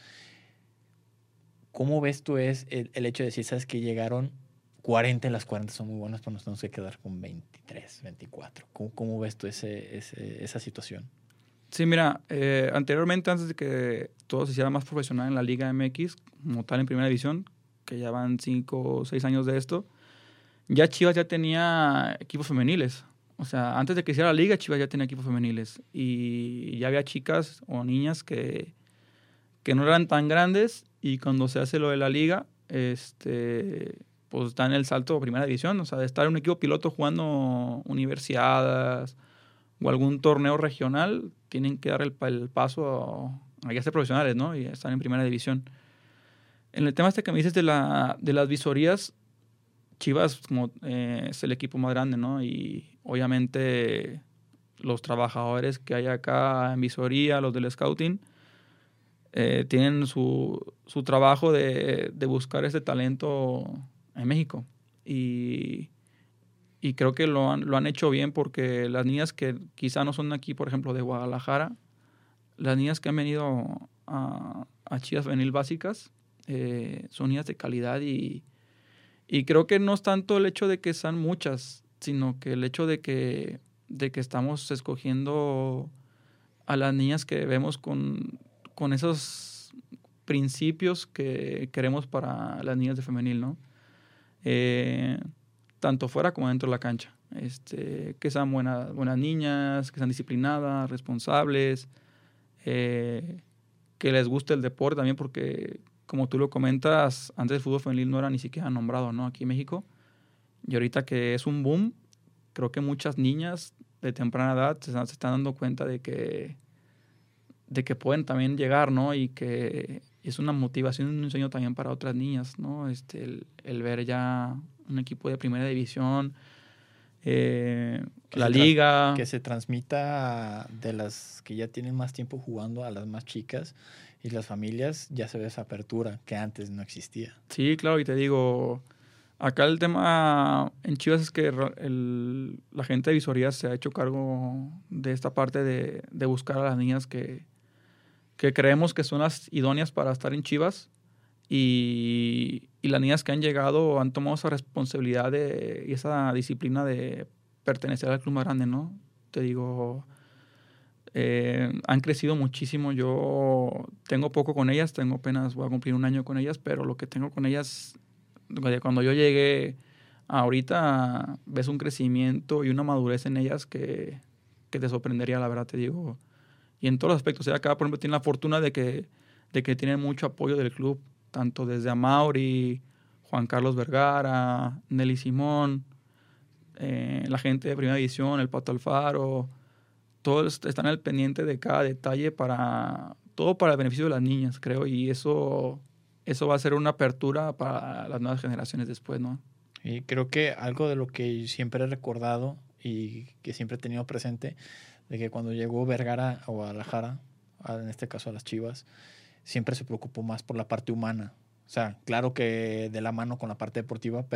¿Cómo ves tú es el, el hecho de decir, sabes que llegaron cuarenta y las cuarenta son muy buenas, pero nos tenemos que quedar con veintitrés, veinticuatro? ¿Cómo, cómo ves tú ese, ese, esa situación? Sí, mira, eh, anteriormente, antes de que todo se hiciera más profesional en la Liga M X, como tal en Primera División, que ya van cinco o seis años de esto, ya Chivas ya tenía equipos femeniles. O sea, antes de que hiciera la liga, Chivas ya tenía equipos femeniles. Y ya había chicas o niñas que, que no eran tan grandes y cuando se hace lo de la liga, este, pues dan el salto a Primera División. O sea, de estar en un equipo piloto jugando universidades o algún torneo regional, tienen que dar el, el paso a, a ya ser profesionales, ¿no? Y estar en Primera División. En el tema este que me dices de, la, de las visorías, Chivas como, eh, es el equipo más grande, ¿no? Y obviamente los trabajadores que hay acá en visoría, los del scouting, eh, tienen su, su trabajo de, de buscar este talento en México. Y, y creo que lo han, lo han hecho bien porque las niñas que quizá no son aquí, por ejemplo, de Guadalajara, las niñas que han venido a, a Chivas Femenil Básicas, eh, son niñas de calidad y Y creo que no es tanto el hecho de que sean muchas, sino que el hecho de que, de que estamos escogiendo a las niñas que vemos con, con esos principios que queremos para las niñas de femenil, ¿no? Eh, tanto fuera como dentro de la cancha. Este, que sean buenas, buenas niñas, que sean disciplinadas, responsables, eh, que les guste el deporte también, porque como tú lo comentas, antes el fútbol femenil no era ni siquiera nombrado, ¿no? Aquí en México. Y ahorita que es un boom, creo que muchas niñas de temprana edad se están, se están dando cuenta de que, de que pueden también llegar, ¿no? Y que es una motivación, un sueño también para otras niñas, ¿no? Este, el, el ver ya un equipo de primera división, eh, la liga. Que se transmita de las que ya tienen más tiempo jugando a las más chicas y las familias, ya se ve esa apertura que antes no existía. Sí, claro, y te digo, acá el tema en Chivas es que el, la gente de visoría se ha hecho cargo de esta parte de, de buscar a las niñas que, que creemos que son las idóneas para estar en Chivas y, y las niñas que han llegado han tomado esa responsabilidad de, y esa disciplina de pertenecer al club más grande, ¿no? Te digo, eh, han crecido muchísimo. Yo tengo poco con ellas, tengo apenas, voy a cumplir un año con ellas, pero lo que tengo con ellas, cuando yo llegué ahorita, ves un crecimiento y una madurez en ellas que, que te sorprendería, la verdad, te digo. Y en todos los aspectos. O sea, acá, por ejemplo, tiene la fortuna de que, de que tienen mucho apoyo del club, tanto desde Amauri, Juan Carlos Vergara, Nelly Simón, eh, la gente de Primera División, el Pato Alfaro. Todos están al pendiente de cada detalle para todo para el beneficio de las niñas, creo, y eso, eso va a ser una apertura para las nuevas generaciones después, ¿no? Y creo que algo de lo que siempre he recordado y que siempre he tenido presente, de que cuando llegó Vergara a Guadalajara, en este caso a las Chivas, siempre se preocupó más por la parte humana. O sea, claro que de la mano con la parte deportiva, pero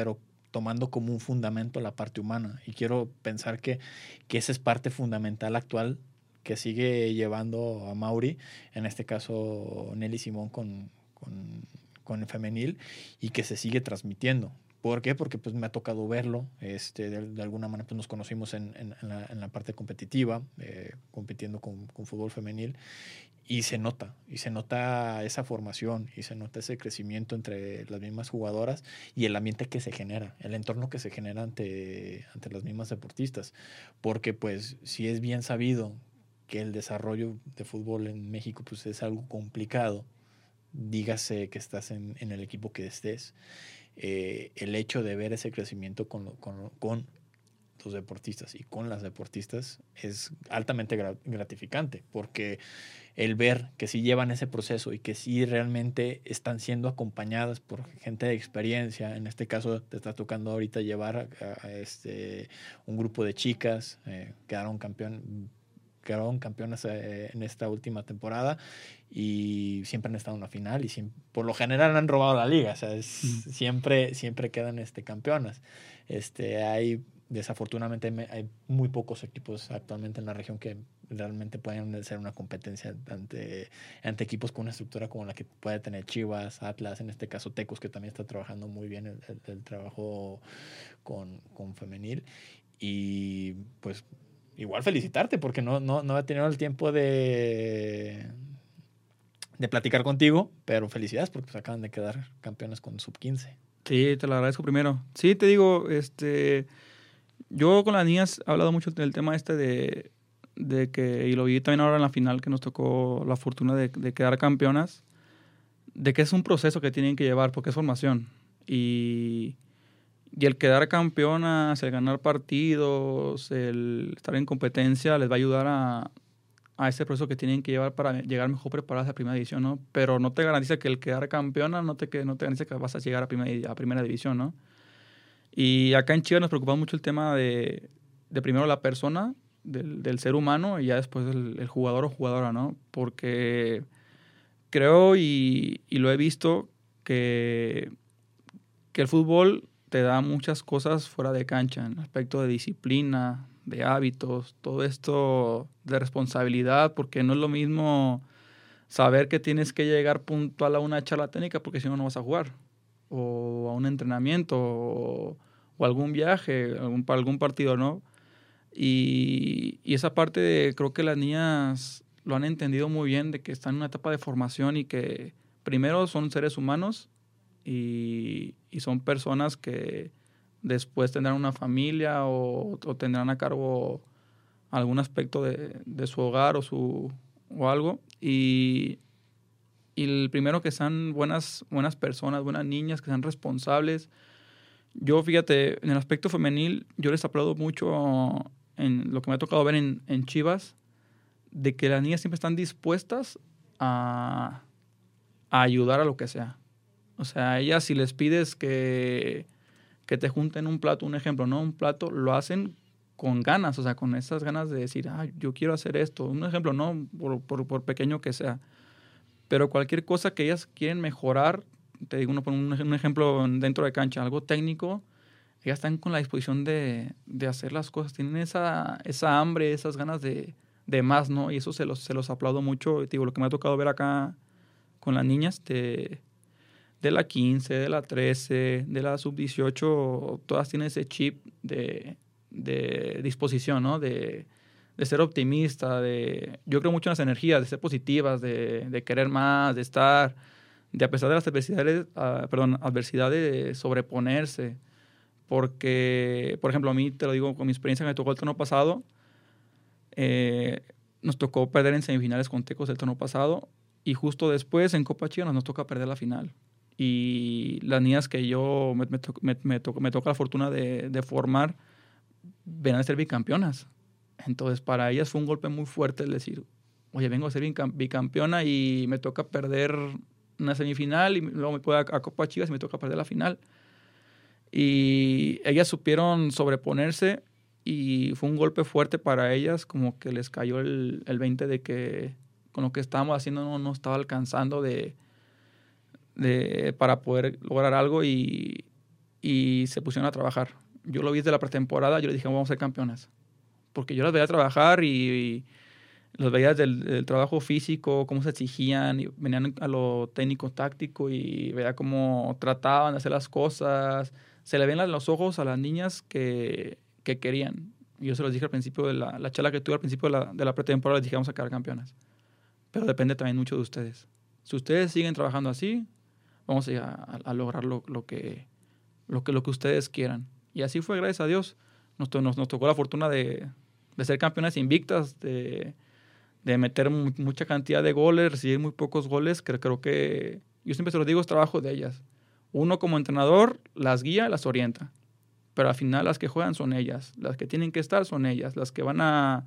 tomando como un fundamento la parte humana. Y quiero pensar que, que esa es parte fundamental actual que sigue llevando a Mauri, en este caso Nelly Simón con, con, con el femenil, y que se sigue transmitiendo. ¿Por qué? Porque pues me ha tocado verlo, este, de, de alguna manera pues nos conocimos en, en, en, la, en la parte competitiva, eh, compitiendo con, con fútbol femenil, y se nota, y se nota esa formación, y se nota ese crecimiento entre las mismas jugadoras y el ambiente que se genera, el entorno que se genera ante, ante las mismas deportistas. Porque pues si es bien sabido que el desarrollo de fútbol en México pues es algo complicado, dígase que estás en, en el equipo que estés, eh, el hecho de ver ese crecimiento con, con, con los deportistas y con las deportistas es altamente gratificante, porque el ver que sí llevan ese proceso y que sí realmente están siendo acompañadas por gente de experiencia, en este caso te está tocando ahorita llevar a, a este, un grupo de chicas, eh, quedaron campeón, quedaron campeonas eh, en esta última temporada y siempre han estado en la final y siempre, por lo general han robado la liga, o sea, es, mm. siempre, siempre quedan este, campeonas. Este, hay Desafortunadamente hay muy pocos equipos actualmente en la región que realmente pueden ser una competencia ante, ante equipos con una estructura como la que puede tener Chivas, Atlas, en este caso Tecos, que también está trabajando muy bien el, el, el trabajo con, con femenil. Y pues igual felicitarte porque no, no, no he tenido el tiempo de, de platicar contigo, pero felicidades porque pues acaban de quedar campeones con sub quince. Sí, te lo agradezco primero. Sí, te digo, este... yo con las niñas he hablado mucho del tema este de, de que, y lo vi también ahora en la final que nos tocó la fortuna de, de quedar campeonas, de que es un proceso que tienen que llevar porque es formación. Y, y el quedar campeonas, el ganar partidos, el estar en competencia les va a ayudar a, a ese proceso que tienen que llevar para llegar mejor preparadas a primera división, ¿no? Pero no te garantiza que el quedar campeona no te, no te garantiza que vas a llegar a primera, a primera división, ¿no? Y acá en Chivas nos preocupa mucho el tema de, de primero la persona, del, del ser humano, y ya después el, el jugador o jugadora, ¿no? Porque creo y, y lo he visto que, que el fútbol te da muchas cosas fuera de cancha, en aspecto de disciplina, de hábitos, todo esto de responsabilidad, porque no es lo mismo saber que tienes que llegar puntual a una charla técnica porque si no, no vas a jugar, o a un entrenamiento, o, o algún viaje, algún, para algún partido, ¿no? Y, y esa parte de, creo que las niñas lo han entendido muy bien, de que están en una etapa de formación y que primero son seres humanos y, y son personas que después tendrán una familia o, o tendrán a cargo algún aspecto de, de su hogar o, su, o algo. Y, y el primero que sean buenas, buenas personas, buenas niñas, que sean responsables. Yo, fíjate, en el aspecto femenil, yo les aplaudo mucho en lo que me ha tocado ver en, en Chivas, de que las niñas siempre están dispuestas a, a ayudar a lo que sea. O sea, ellas si les pides que, que te junten un plato, un ejemplo, ¿no? Un plato, lo hacen con ganas, o sea, con esas ganas de decir, ah, yo quiero hacer esto. Un ejemplo, ¿no? Por, por, por pequeño que sea. Pero cualquier cosa que ellas quieren mejorar, te digo, uno, un, un ejemplo dentro de cancha, algo técnico, ellas están con la disposición de, de hacer las cosas, tienen esa, esa hambre, esas ganas de, de más, ¿no? Y eso se los, se los aplaudo mucho. Te digo, lo que me ha tocado ver acá con las niñas de, de la quince, de la trece, de la sub dieciocho, todas tienen ese chip de, de disposición, ¿no? De, de ser optimista, de... Yo creo mucho en las energías, de ser positivas, de, de querer más, de estar... de a pesar de las adversidades, uh, perdón, adversidades, sobreponerse. Porque, por ejemplo, a mí, te lo digo con mi experiencia que me tocó el torneo pasado, eh, nos tocó perder en semifinales con Tecos el torneo pasado y justo después en Copa Chivas nos toca perder la final. Y las niñas que yo me, me, to, me, me, to, me toca la fortuna de, de formar venían a ser bicampeonas. Entonces, para ellas fue un golpe muy fuerte el decir, oye, vengo a ser bicampeona y me toca perder una semifinal y luego me voy a, a Copa Chivas y me toca perder la final. Y ellas supieron sobreponerse y fue un golpe fuerte para ellas, como que les cayó el, el veinte de que con lo que estábamos haciendo no, no estaba alcanzando de, de, para poder lograr algo y, y se pusieron a trabajar. Yo lo vi desde la pretemporada, yo les dije, vamos a ser campeones. Porque yo las veía trabajar y, y los veía del, del trabajo físico, cómo se exigían, y venían a lo técnico, táctico, y veía cómo trataban de hacer las cosas. Se le ven en los ojos a las niñas que, que querían. Yo se los dije al principio de la, la charla que tuve al principio de la, de la pretemporada, les dije, vamos a quedar campeones. Pero depende también mucho de ustedes. Si ustedes siguen trabajando así, vamos a, a, a lograr lo, lo, que, lo, que, lo que ustedes quieran. Y así fue, gracias a Dios. Nos, nos, nos tocó la fortuna de, de ser campeones invictas, de, de meter mu mucha cantidad de goles, recibir muy pocos goles. Creo, creo que, yo siempre se lo digo, es trabajo de ellas. Uno como entrenador las guía, las orienta. Pero al final las que juegan son ellas. Las que tienen que estar son ellas. Las que van a,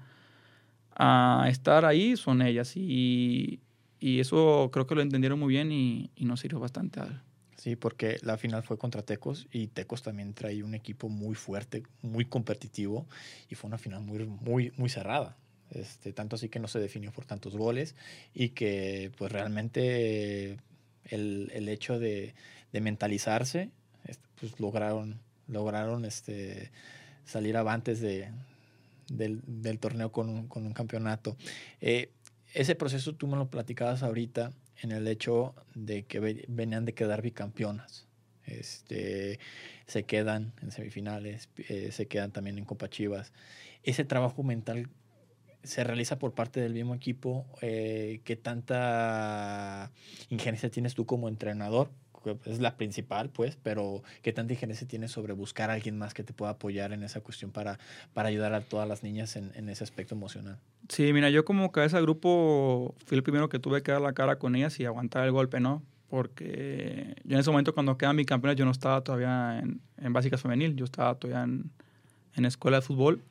a estar ahí son ellas. Y, y eso creo que lo entendieron muy bien y, y nos sirvió bastante a... Sí, porque la final fue contra Tecos y Tecos también trae un equipo muy fuerte, muy competitivo y fue una final muy, muy, muy cerrada. Este, tanto así que no se definió por tantos goles y que pues realmente el, el hecho de, de mentalizarse, este, pues lograron, lograron este, salir avantes de, del, del torneo con un, con un campeonato. Eh, ese proceso tú me lo platicabas ahorita, en el hecho de que venían de quedar bicampeonas. Este, se quedan en semifinales, eh, se quedan también en Copa Chivas. Ese trabajo mental se realiza por parte del mismo equipo. Eh, ¿Qué tanta injerencia tienes tú como entrenador? Es la principal, pues, pero ¿qué tanta injerencia tienes sobre buscar a alguien más que te pueda apoyar en esa cuestión para, para ayudar a todas las niñas en, en ese aspecto emocional? Sí, mira, yo como cabeza de grupo fui el primero que tuve que dar la cara con ellas y aguantar el golpe, ¿no? Porque yo en ese momento cuando quedan mi campeones yo no estaba todavía en, en básicas femenil, yo estaba todavía en, en escuela de fútbol.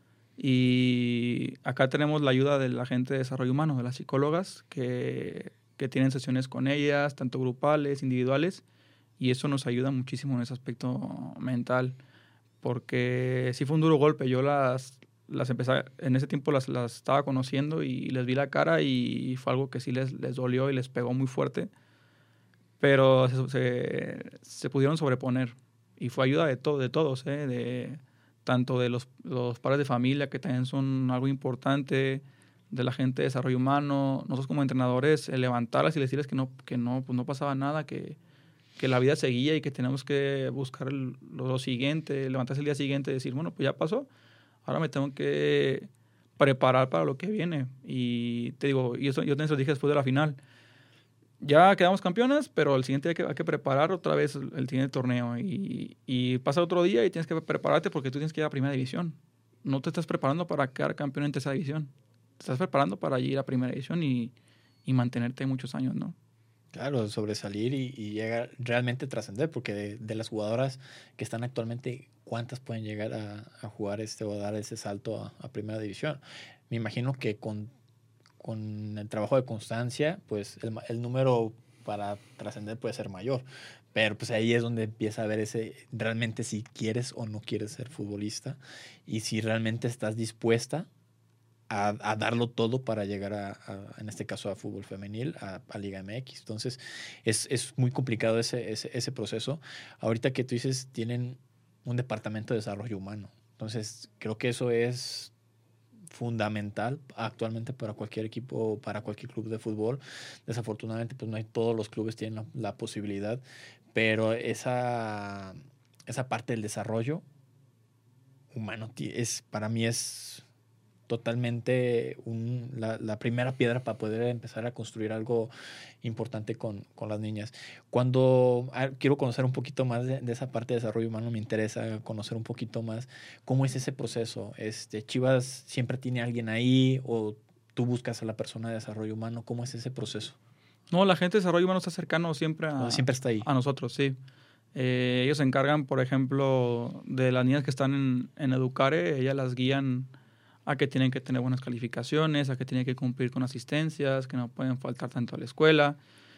Y acá tenemos la ayuda de la gente de desarrollo humano, de las psicólogas, que, que tienen sesiones con ellas, tanto grupales, individuales, y eso nos ayuda muchísimo en ese aspecto mental, porque sí fue un duro golpe. Yo las, las empecé, en ese tiempo las, las estaba conociendo y les vi la cara y fue algo que sí les, les dolió y les pegó muy fuerte, pero se, se, se pudieron sobreponer y fue ayuda de, to, de todos, ¿eh? de, tanto de los, los padres de familia, que también son algo importante, de la gente de desarrollo humano, nosotros como entrenadores, el levantarlas y decirles que no, que no, pues no pasaba nada, que, que la vida seguía y que tenemos que buscar el, lo, lo siguiente, levantarse el día siguiente y decir, bueno, pues ya pasó, ahora me tengo que preparar para lo que viene. Y te digo, y eso yo también se lo dije después de la final, ya quedamos campeonas, pero el siguiente hay que, hay que preparar otra vez el, el siguiente torneo. Y, y pasa otro día y tienes que prepararte porque tú tienes que ir a primera división. No te estás preparando para quedar campeón en tercera división. Te estás preparando para ir a primera división y, y mantenerte muchos años, ¿no? Claro, sobresalir y, y llegar realmente a trascender, porque de, de las jugadoras que están actualmente, ¿cuántas pueden llegar a, a jugar este o dar ese salto a, a primera división? Me imagino que con con el trabajo de constancia, pues el, el número para trascender puede ser mayor. Pero pues ahí es donde empieza a ver ese, realmente si quieres o no quieres ser futbolista y si realmente estás dispuesta a, a darlo todo para llegar a, a, en este caso, a fútbol femenil, a, a Liga M X. Entonces es, es muy complicado ese, ese, ese proceso. Ahorita que tú dices, tienen un departamento de desarrollo humano. Entonces creo que eso es fundamental actualmente para cualquier equipo, para cualquier club de fútbol. Desafortunadamente, pues no hay, todos los clubes tienen la, la posibilidad, pero esa, esa parte del desarrollo humano es, para mí es totalmente un, la, la primera piedra para poder empezar a construir algo importante con, con las niñas. Cuando ah, quiero conocer un poquito más de, de esa parte de desarrollo humano, me interesa conocer un poquito más cómo es ese proceso. Este, ¿Chivas siempre tiene alguien ahí o tú buscas a la persona de desarrollo humano? ¿Cómo es ese proceso? No, la gente de desarrollo humano está cercano siempre a, O sea, siempre está ahí. A nosotros, sí. Eh, ellos se encargan, por ejemplo, de las niñas que están en, en Educare, ellas las guían a que tienen que tener buenas calificaciones, a que tienen que cumplir con asistencias, que no pueden faltar tanto a la escuela,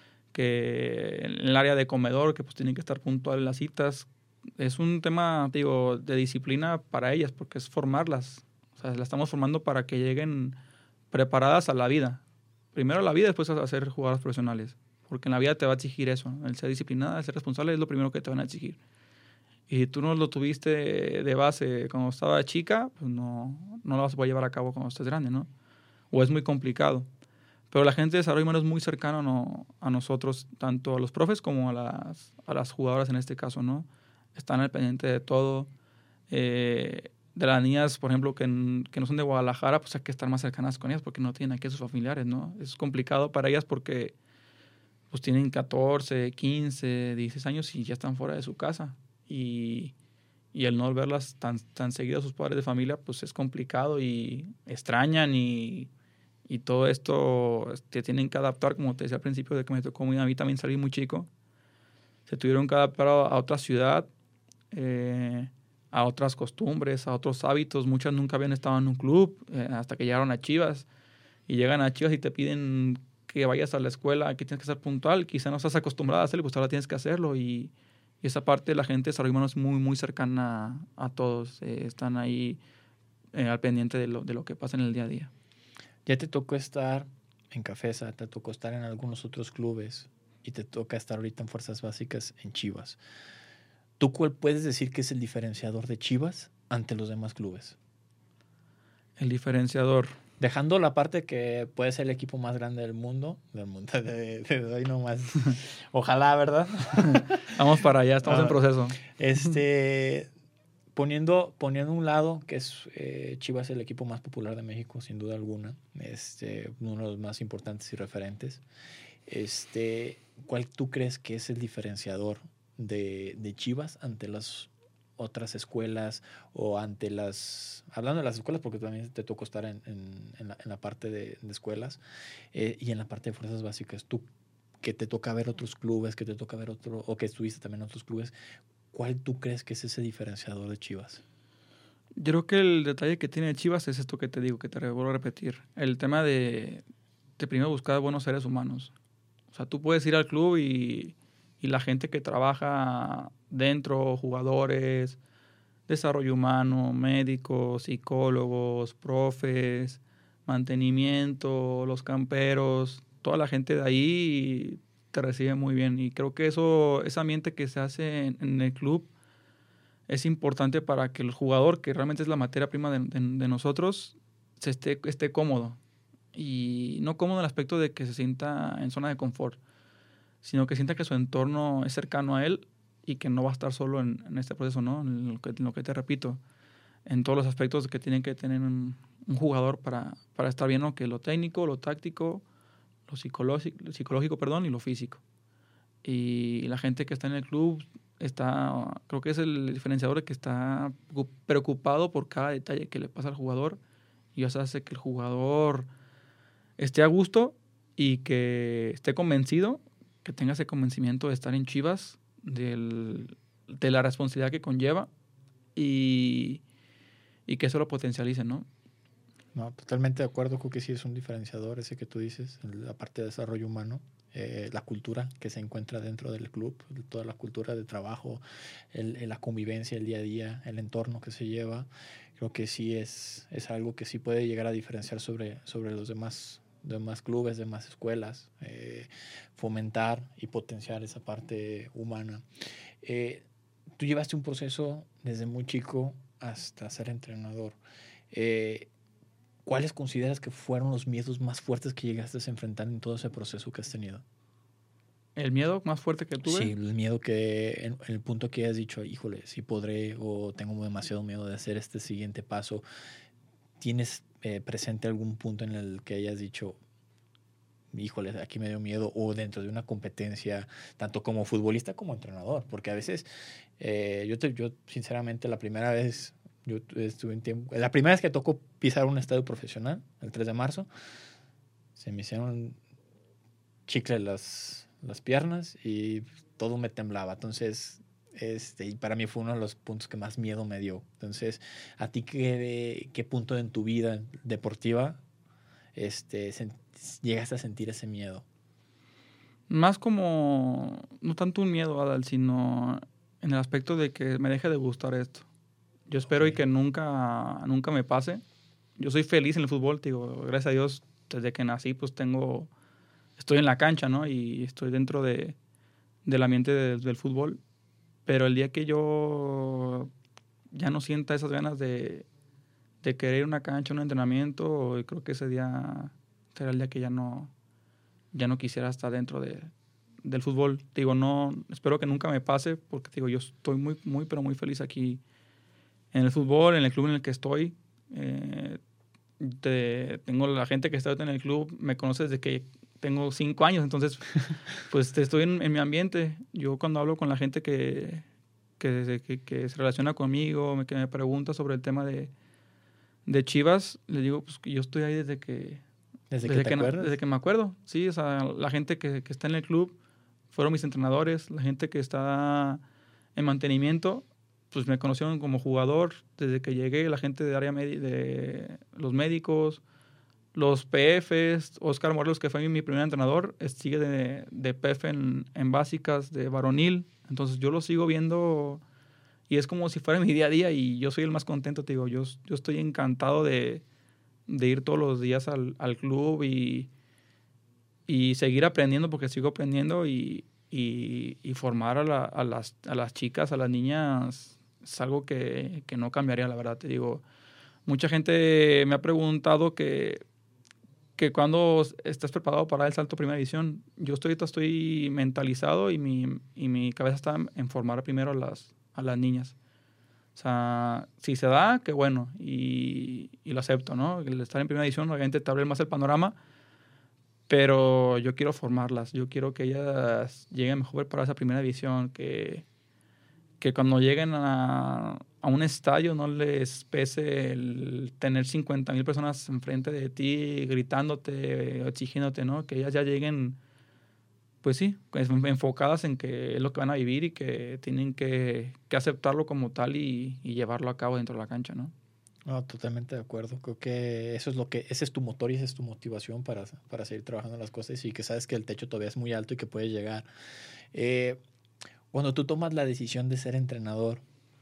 que en el área de comedor, que pues tienen que estar puntuales las citas. Es un tema, digo, de disciplina para ellas, porque es formarlas. O sea, las estamos formando para que lleguen preparadas a la vida. Primero a la vida, después a ser jugadoras profesionales. Porque en la vida te va a exigir eso. El ser disciplinada, el ser responsable es lo primero que te van a exigir. Y si tú no lo tuviste de base cuando estaba chica, pues no, no lo vas a poder llevar a cabo cuando estés grande, ¿no? O es muy complicado. Pero la gente de desarrollo humano es muy cercano no, a nosotros, tanto a los profes como a las, a las jugadoras en este caso, ¿no? Están al pendiente de todo. Eh, de las niñas, por ejemplo, que, n- que no son de Guadalajara, pues hay que estar más cercanas con ellas porque no tienen aquí a sus familiares, ¿no? Es complicado para ellas porque pues tienen catorce, quince, dieciséis años y ya están fuera de su casa. Y, y el no verlas tan, tan seguido a sus padres de familia, pues es complicado y extrañan y, y todo esto te tienen que adaptar, como te decía al principio, de que me tocó muy- a mí también salir muy chico. Se tuvieron que adaptar a, a otra ciudad, eh, a otras costumbres, a otros hábitos. Muchas nunca habían estado en un club eh, hasta que llegaron a Chivas. Y llegan a Chivas y te piden que vayas a la escuela, que tienes que ser puntual. Quizá no estás acostumbrado a hacerlo, pues ahora tienes que hacerlo. Y, y esa parte la gente de desarrollo humano es muy, muy cercana a, a todos. Eh, están ahí eh, al pendiente de lo, de lo que pasa en el día a día. Ya te tocó estar en Cafesa, te tocó estar en algunos otros clubes y te toca estar ahorita en Fuerzas Básicas en Chivas. ¿Tú cuál puedes decir que es el diferenciador de Chivas ante los demás clubes? El diferenciador. Dejando la parte que puede ser el equipo más grande del mundo, del mundo de, de hoy nomás. Ojalá, ¿verdad? Vamos para allá, estamos en Ah, proceso. Este, poniendo, poniendo a un lado que es eh, Chivas el equipo más popular de México, sin duda alguna, este, uno de los más importantes y referentes. Este, ¿cuál tú crees que es el diferenciador de, de Chivas ante las otras escuelas o ante las... Hablando de las escuelas, porque también te tocó estar en, en, en, la, en la parte de, de escuelas eh, y en la parte de fuerzas básicas. Tú que te toca ver otros clubes, que te toca ver otro, o que estuviste también en otros clubes, ¿cuál tú crees que es ese diferenciador de Chivas? Yo creo que el detalle que tiene Chivas es esto que te digo, que te vuelvo a repetir. El tema de, de primero buscar buenos seres humanos. O sea, tú puedes ir al club y, y la gente que trabaja dentro, jugadores, desarrollo humano, médicos, psicólogos, profes, mantenimiento, los camperos, toda la gente de ahí te recibe muy bien. Y creo que eso, ese ambiente que se hace en, en el club es importante para que el jugador, que realmente es la materia prima de, de, de nosotros, se esté, esté cómodo. Y no cómodo en el aspecto de que se sienta en zona de confort, sino que sienta que su entorno es cercano a él y que no va a estar solo en, en este proceso, ¿no? En lo, que, en lo que te repito, en todos los aspectos que tienen que tener un, un jugador para, para estar bien, ¿no? Que lo técnico, lo táctico, lo psicológico, psicológico, perdón, y lo físico. Y la gente que está en el club está, creo que es el diferenciador de que está preocupado por cada detalle que le pasa al jugador y eso hace que el jugador esté a gusto y que esté convencido, que tenga ese convencimiento de estar en Chivas, del, de la responsabilidad que conlleva y, y que eso lo potencialice, ¿no? No, totalmente de acuerdo, creo que sí es un diferenciador ese que tú dices, la parte de desarrollo humano, eh, la cultura que se encuentra dentro del club, toda la cultura de trabajo, el, el, la convivencia, el día a día, el entorno que se lleva, creo que sí es, es algo que sí puede llegar a diferenciar sobre, sobre los demás, demás clubes, demás escuelas, eh, fomentar y potenciar esa parte humana. Eh, tú llevaste un proceso desde muy chico hasta ser entrenador. Eh, ¿Cuáles consideras que fueron los miedos más fuertes que llegaste a enfrentar en todo ese proceso que has tenido? El miedo más fuerte que tuve. Sí, el miedo que, en, en el punto que has dicho, híjole, sí podré o tengo demasiado miedo de hacer este siguiente paso. ¿Tienes eh, presente algún punto en el que hayas dicho, híjole, aquí me dio miedo, o dentro de una competencia, tanto como futbolista como entrenador? Porque a veces, eh, yo, te, yo sinceramente la primera vez, yo estuve en tiempo, la primera vez que tocó pisar un estadio profesional, el tres de marzo, se me hicieron chicle las, las piernas y todo me temblaba. Entonces, este, y para mí fue uno de los puntos que más miedo me dio. Entonces, ¿a ti qué, qué punto en tu vida deportiva este, se, llegaste a sentir ese miedo? Más como, no tanto un miedo, Adal, sino en el aspecto de que me deje de gustar esto. Yo espero okay. y que nunca, nunca me pase. Yo soy feliz en el fútbol, te digo, gracias a Dios, desde que nací, pues tengo, estoy en la cancha, ¿no? Y estoy dentro de, del ambiente de, del fútbol. pero el día que yo ya no sienta esas ganas de, de querer ir a una cancha, un entrenamiento, creo que ese día será el día que ya no, ya no quisiera estar dentro de, del fútbol. Te digo, no, espero que nunca me pase, porque te digo, yo estoy muy, muy, pero muy feliz aquí en el fútbol, en el club en el que estoy. Eh, te, tengo la gente que está en el club, me conoce desde que tengo cinco años, entonces pues estoy en, en mi ambiente. Yo cuando hablo con la gente que, que, que, que se relaciona conmigo, me, que me pregunta sobre el tema de, de Chivas, le digo pues que yo estoy ahí desde que... ¿Desde, desde que te que, acuerdas? Desde que me acuerdo, sí. O sea, la gente que, que está en el club fueron mis entrenadores, la gente que está en mantenimiento, pues me conocieron como jugador desde que llegué, la gente de área médica, de los médicos, los P Fs, Oscar Morelos, que fue mi primer entrenador, sigue de, de P F en, en básicas, de varonil. Entonces yo lo sigo viendo y es como si fuera mi día a día y yo soy el más contento, te digo. Yo, yo estoy encantado de, de ir todos los días al, al club y, y seguir aprendiendo, porque sigo aprendiendo y, y, y formar a, la, a, las, a las chicas, a las niñas, es algo que, que no cambiaría, la verdad, te digo. Mucha gente me ha preguntado que que cuando estás preparado para el salto a primera división. Yo estoy, ahorita estoy mentalizado y mi, y mi cabeza está en formar primero a las, a las niñas. O sea, si se da, qué bueno, y, y lo acepto, ¿no? El estar en primera división obviamente te abre más el panorama, pero yo quiero formarlas, yo quiero que ellas lleguen mejor para esa primera división, que, que cuando lleguen a, a un estadio no les pese el tener cincuenta mil personas enfrente de ti gritándote, exigiéndote, ¿no? Que ellas ya lleguen, pues sí, enfocadas en que es lo que van a vivir y que tienen que, que aceptarlo como tal y, y llevarlo a cabo dentro de la cancha, ¿no? No, totalmente de acuerdo. Creo que eso es lo que, ese es tu motor y esa es tu motivación para, para seguir trabajando en las cosas y que sabes que el techo todavía es muy alto y que puedes llegar. Eh, cuando tú tomas la decisión de ser entrenador,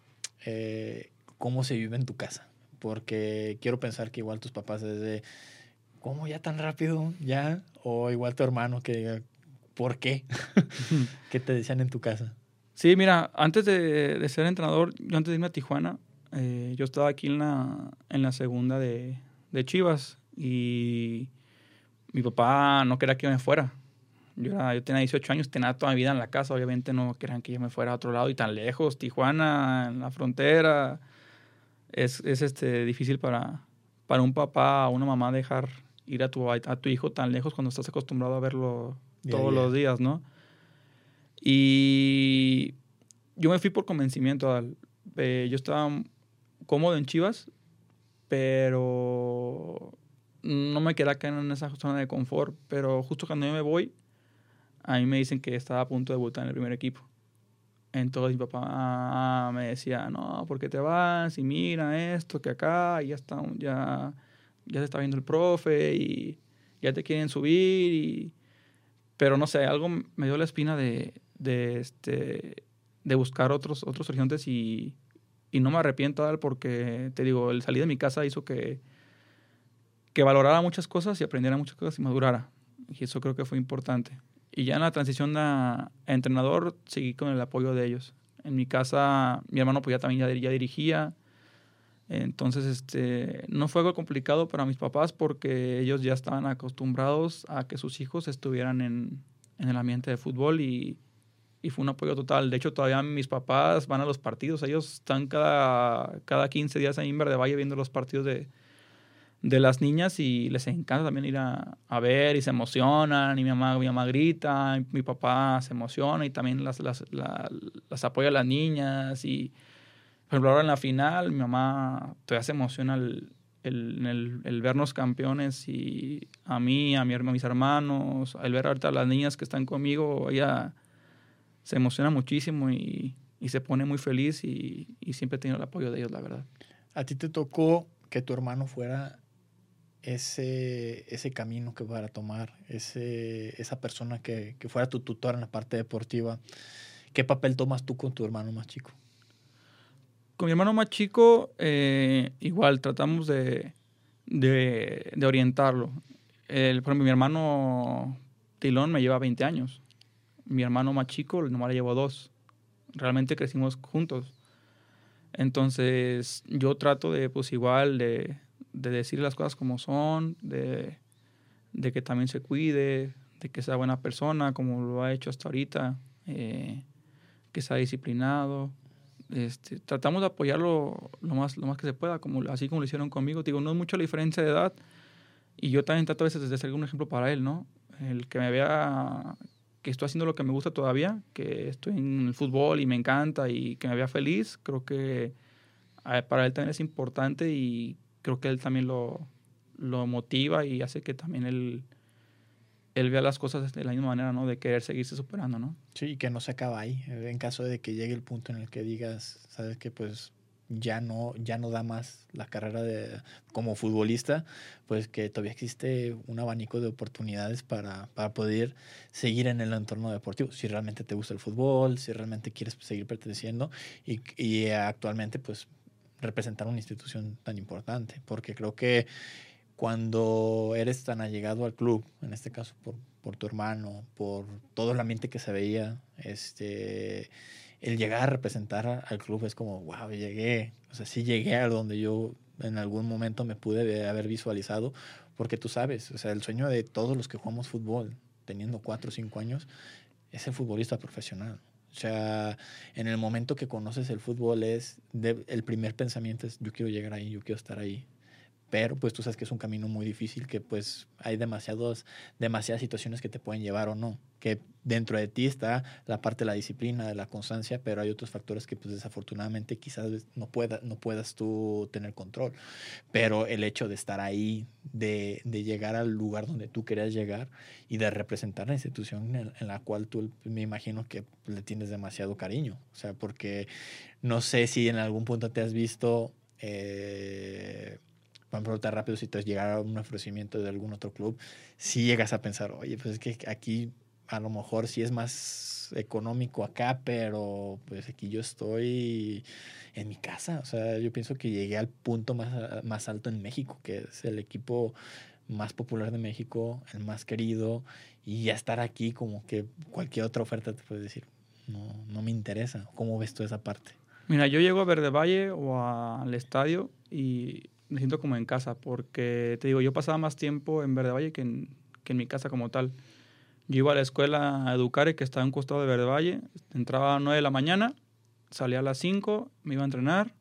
eh, ¿cómo se vive en tu casa? Porque quiero pensar que igual tus papás desde, ¿cómo ya tan rápido? ¿Ya? O igual tu hermano que diga, ¿por qué? ¿Qué te decían en tu casa? Sí, mira, antes de, de ser entrenador, yo antes de irme a Tijuana, eh, yo estaba aquí en la, en la segunda de, de Chivas y mi papá no quería que yo me fuera. Yo, era, yo tenía dieciocho años, tenía toda mi vida en la casa, obviamente no querían que yo me fuera a otro lado y tan lejos, Tijuana, en la frontera. Es, es este, difícil para, para un papá o una mamá dejar ir a tu, a tu hijo tan lejos cuando estás acostumbrado a verlo Yeah, todos yeah. los días, ¿no? Y yo me fui por convencimiento. Al, eh, yo estaba cómodo en Chivas, pero no me quería quedar en esa zona de confort. Pero justo cuando yo me voy, a mí me dicen que estaba a punto de debutar en el primer equipo. Entonces mi papá me decía, no, ¿por qué te vas? Y mira esto, que acá ya está, ya, ya se está viendo el profe y ya te quieren subir. Y... Pero no sé, algo me dio la espina de, de, este, de buscar otros, otros horizontes y, y no me arrepiento, Adal, porque te digo, el salir de mi casa hizo que, que valorara muchas cosas y aprendiera muchas cosas y madurara. Y eso creo que fue importante. Y ya en la transición a, a entrenador seguí con el apoyo de ellos. En mi casa, mi hermano pues ya también ya, ya dirigía. Entonces, este, no fue algo complicado para mis papás porque ellos ya estaban acostumbrados a que sus hijos estuvieran en, en el ambiente de fútbol y, y fue un apoyo total. De hecho, todavía mis papás van a los partidos. Ellos están cada, cada quince días ahí en Verde Valle viendo los partidos de, de las niñas y les encanta también ir a, a ver y se emocionan y mi mamá, mi mamá grita, y mi papá se emociona y también las, las, la, las apoya a las niñas y por ejemplo ahora en la final mi mamá todavía se emociona el, el, el, el vernos campeones y a mí, a, mi, a mis hermanos, al ver ahorita a las niñas que están conmigo, ella se emociona muchísimo y, y se pone muy feliz y, y siempre he tenido el apoyo de ellos, la verdad. ¿A ti te tocó que tu hermano fuera ese, ese camino que fuera a tomar, ese, esa persona que, que fuera tu tutor en la parte deportiva? ¿Qué papel tomas tú con tu hermano más chico? Con mi hermano más chico, eh, igual tratamos de, de, de orientarlo. El, por ejemplo, mi hermano Tilón me lleva veinte años. Mi hermano más chico nomás le llevo dos. realmente crecimos juntos. Entonces yo trato de, pues igual, de, de decir las cosas como son, de, de que también se cuide, de que sea buena persona, como lo ha hecho hasta ahorita, eh, que sea disciplinado. Este, tratamos de apoyarlo lo más, lo más que se pueda, como, así como lo hicieron conmigo. Te digo, no es mucho la diferencia de edad, y yo también trato a veces de ser un ejemplo para él, ¿no? El que me vea que estoy haciendo lo que me gusta todavía, que estoy en el fútbol y me encanta y que me vea feliz, creo que eh, para él también es importante, y creo que él también lo, lo motiva y hace que también él, él vea las cosas de la misma manera, ¿no? De querer seguirse superando, ¿no? Sí, que no se acaba ahí. En caso de que llegue el punto en el que digas, sabes que pues ya no, ya no da más la carrera de, como futbolista, pues que todavía existe un abanico de oportunidades para, para poder seguir en el entorno deportivo. Si realmente te gusta el fútbol, si realmente quieres seguir perteneciendo y, y actualmente pues representar una institución tan importante. Porque creo que cuando eres tan allegado al club, en este caso por, por tu hermano, por todo el ambiente que se veía, este, el llegar a representar al club es como, wow, llegué, o sea, sí llegué a donde yo en algún momento me pude haber visualizado, porque tú sabes, o sea, el sueño de todos los que jugamos fútbol, teniendo cuatro o cinco años, es el futbolista profesional. O sea, en el momento que conoces el fútbol es, de, el primer pensamiento es, yo quiero llegar ahí, yo quiero estar ahí. Pero pues tú sabes que es un camino muy difícil, que pues hay demasiados, demasiadas situaciones que te pueden llevar o no. Que dentro de ti está la parte de la disciplina, de la constancia, pero hay otros factores que pues desafortunadamente quizás no, pueda, no puedas tú tener control. Pero el hecho de estar ahí, de, de llegar al lugar donde tú querías llegar y de representar la institución en, en la cual tú me imagino que le tienes demasiado cariño. O sea, porque no sé si en algún punto te has visto... Eh, para preguntar rápido, si te llegara un ofrecimiento de algún otro club, si llegas a pensar, oye, pues es que aquí a lo mejor sí es más económico acá, pero pues aquí yo estoy en mi casa. O sea, yo pienso que llegué al punto más, más alto en México, que es el equipo más popular de México, el más querido, y ya estar aquí como que cualquier otra oferta te puede decir, no, no me interesa. ¿Cómo ves tú esa parte? Mira, yo llego a Verde Valle o a- al estadio y me siento como en casa, porque te digo, yo pasaba más tiempo en Verde Valle que en, que en mi casa como tal. Yo iba a la escuela a Educare, que está a un costado de Verde Valle, entraba a las nueve de la mañana, salía a las cinco, me iba a entrenar,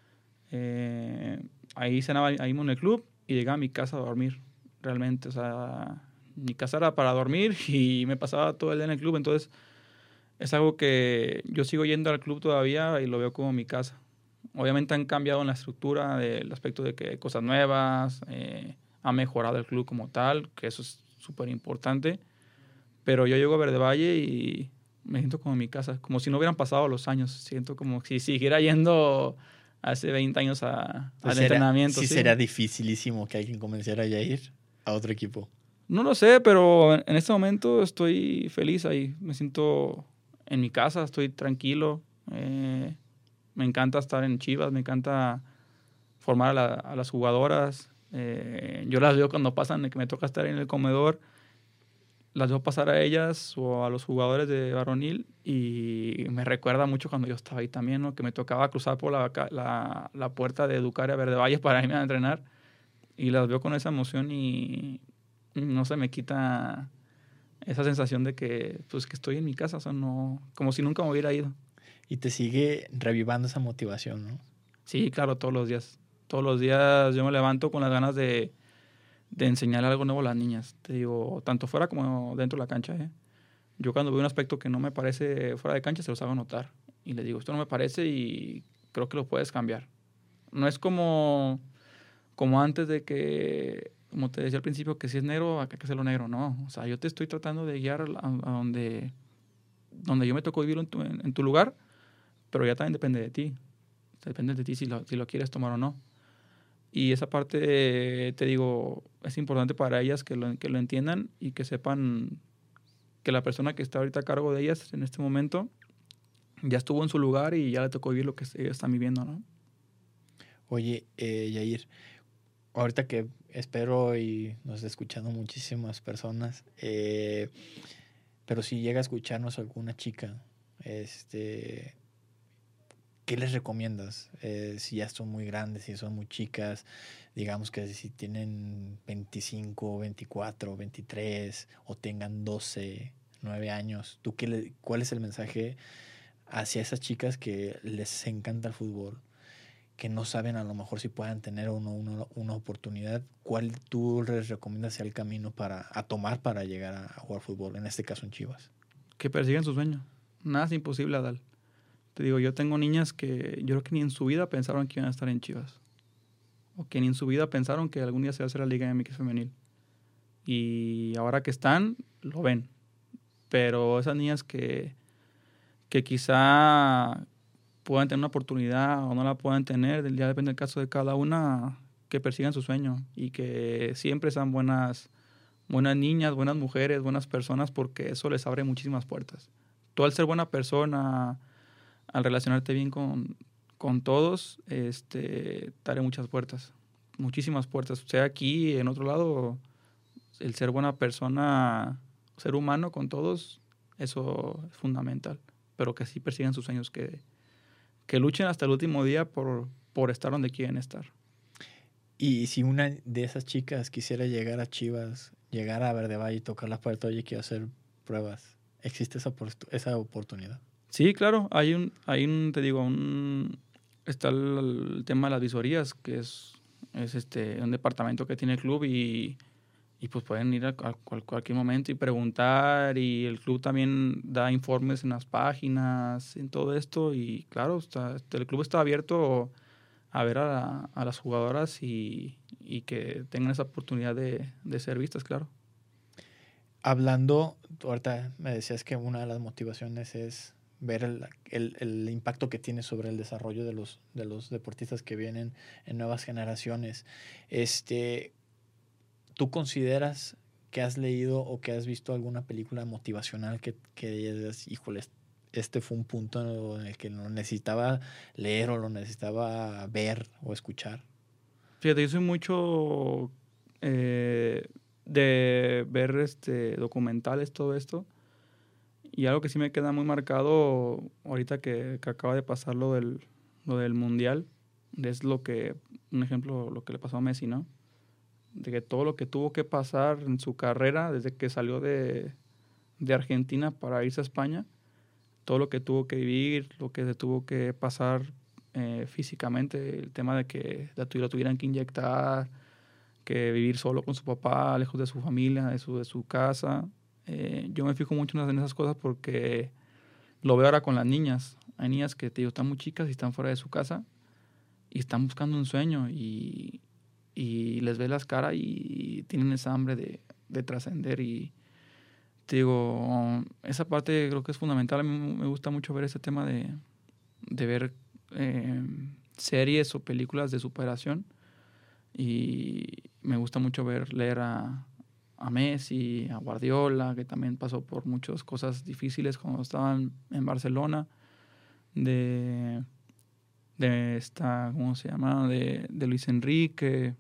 eh, ahí cenaba ahí mismo en el club y llegaba a mi casa a dormir, realmente. O sea, mi casa era para dormir y me pasaba todo el día en el club. Entonces es algo que yo sigo yendo al club todavía y lo veo como mi casa. Obviamente han cambiado en la estructura del aspecto de que hay cosas nuevas, eh, ha mejorado el club como tal, que eso es súper importante. Pero yo llego a Verde Valle y me siento como en mi casa, como si no hubieran pasado los años. Siento como si siguiera yendo hace veinte años a, Pues al será, entrenamiento, sí sí. será dificilísimo que alguien convenciera a Yair a otro equipo. No lo sé, pero en este momento estoy feliz ahí. Me siento en mi casa, estoy tranquilo. Eh, me encanta estar en Chivas, me encanta formar a, la- a las jugadoras. Eh, yo las veo cuando pasan, de que me toca estar en el comedor, las veo pasar a ellas o a los jugadores de varonil y me recuerda mucho cuando yo estaba ahí también, ¿no? Que me tocaba cruzar por la, ca- la, la puerta de Educar a Verde Valle para irme a entrenar, y las veo con esa emoción y no se me quita esa sensación de que, pues, que estoy en mi casa, o sea, no, como si nunca me hubiera ido. Y te sigue revivando esa motivación, ¿no? Sí, claro, todos los días. Todos los días yo me levanto con las ganas de, de enseñar algo nuevo a las niñas. Te digo, tanto fuera como dentro de la cancha, ¿eh? Yo cuando veo un aspecto que no me parece fuera de cancha, se los hago notar. Y les digo, esto no me parece y creo que lo puedes cambiar. No es como, como antes de que, como te decía al principio, que si es negro, acá hay que hacerlo negro. No, o sea, yo te estoy tratando de guiar a, a donde, donde yo me tocó vivir en tu, en, en tu lugar, pero ya también depende de ti. Depende de ti si lo, si lo quieres tomar o no. Y esa parte, eh, te digo, es importante para ellas que lo, que lo entiendan y que sepan que la persona que está ahorita a cargo de ellas en este momento ya estuvo en su lugar y ya le tocó vivir lo que ellas están viviendo, ¿no? Oye, eh, Yair, ahorita que espero y nos está escuchando muchísimas personas, eh, pero si llega a escucharnos alguna chica, este, ¿qué les recomiendas? Eh, si ya son muy grandes, si son muy chicas, digamos que si tienen veinticinco, veinticuatro, veintitrés o tengan doce, nueve años, ¿tú qué le, cuál es el mensaje hacia esas chicas que les encanta el fútbol, que no saben a lo mejor si puedan tener o no una, una oportunidad? ¿Cuál tú les recomiendas sea el camino para, a tomar para llegar a, a jugar fútbol, en este caso en Chivas? Que persiguen su sueño. Nada es imposible, Adal. Te digo, yo tengo niñas que yo creo que ni en su vida pensaron que iban a estar en Chivas. O que ni en su vida pensaron que algún día se iba a hacer la Liga M X femenil. Y ahora que están, lo ven. Pero esas niñas que, que quizá puedan tener una oportunidad o no la puedan tener, ya depende del caso de cada una, que persigan su sueño y que siempre sean buenas, buenas niñas, buenas mujeres, buenas personas, porque eso les abre muchísimas puertas. Tú al ser buena persona, al relacionarte bien con, con todos, este, te abre muchas puertas, muchísimas puertas. Sea aquí, en otro lado, el ser buena persona, ser humano con todos, eso es fundamental. Pero que sí persigan sus sueños, que, que luchen hasta el último día por, por estar donde quieren estar. Y si una de esas chicas quisiera llegar a Chivas, llegar a Verde Valle y tocar la puerta, oye, quiero hacer pruebas, ¿existe esa, esa oportunidad? Sí, claro, hay un, hay un, te digo, un, está el, el tema de las visorías, que es, es este, un departamento que tiene el club y, y pues pueden ir a, a cual, cualquier momento y preguntar, y el club también da informes en las páginas, en todo esto, y claro, está, el club está abierto a ver a, la, a las jugadoras y, y que tengan esa oportunidad de, de ser vistas, claro. Hablando, ahorita me decías que una de las motivaciones es ver el, el, el impacto que tiene sobre el desarrollo de los, de los deportistas que vienen en nuevas generaciones. Este, ¿tú consideras que has leído o que has visto alguna película motivacional que, que digas, híjole, este fue un punto en el que lo necesitaba leer o lo necesitaba ver o escuchar? Fíjate, yo soy mucho eh, de ver este, documentales, todo esto. Y algo que sí me queda muy marcado ahorita que, que acaba de pasar lo del, lo del Mundial, es lo que, un ejemplo, lo que le pasó a Messi, ¿no? De que todo lo que tuvo que pasar en su carrera, desde que salió de, de Argentina para irse a España, todo lo que tuvo que vivir, lo que se tuvo que pasar eh, físicamente, el tema de que la lo tuvieran que inyectar, que vivir solo con su papá, lejos de su familia, de su, de su casa. Eh, yo me fijo mucho en esas cosas porque lo veo ahora con las niñas. Hay niñas que te digo, están muy chicas y están fuera de su casa y están buscando un sueño y, y les ves las caras y tienen esa hambre de, de trascender. Y te digo, esa parte creo que es fundamental. A mí me gusta mucho ver ese tema de, de ver eh, series o películas de superación. Y me gusta mucho ver, leer a, a Messi, a Guardiola, que también pasó por muchas cosas difíciles cuando estaban en Barcelona, de, de esta, ¿cómo se llama? De, de Luis Enrique,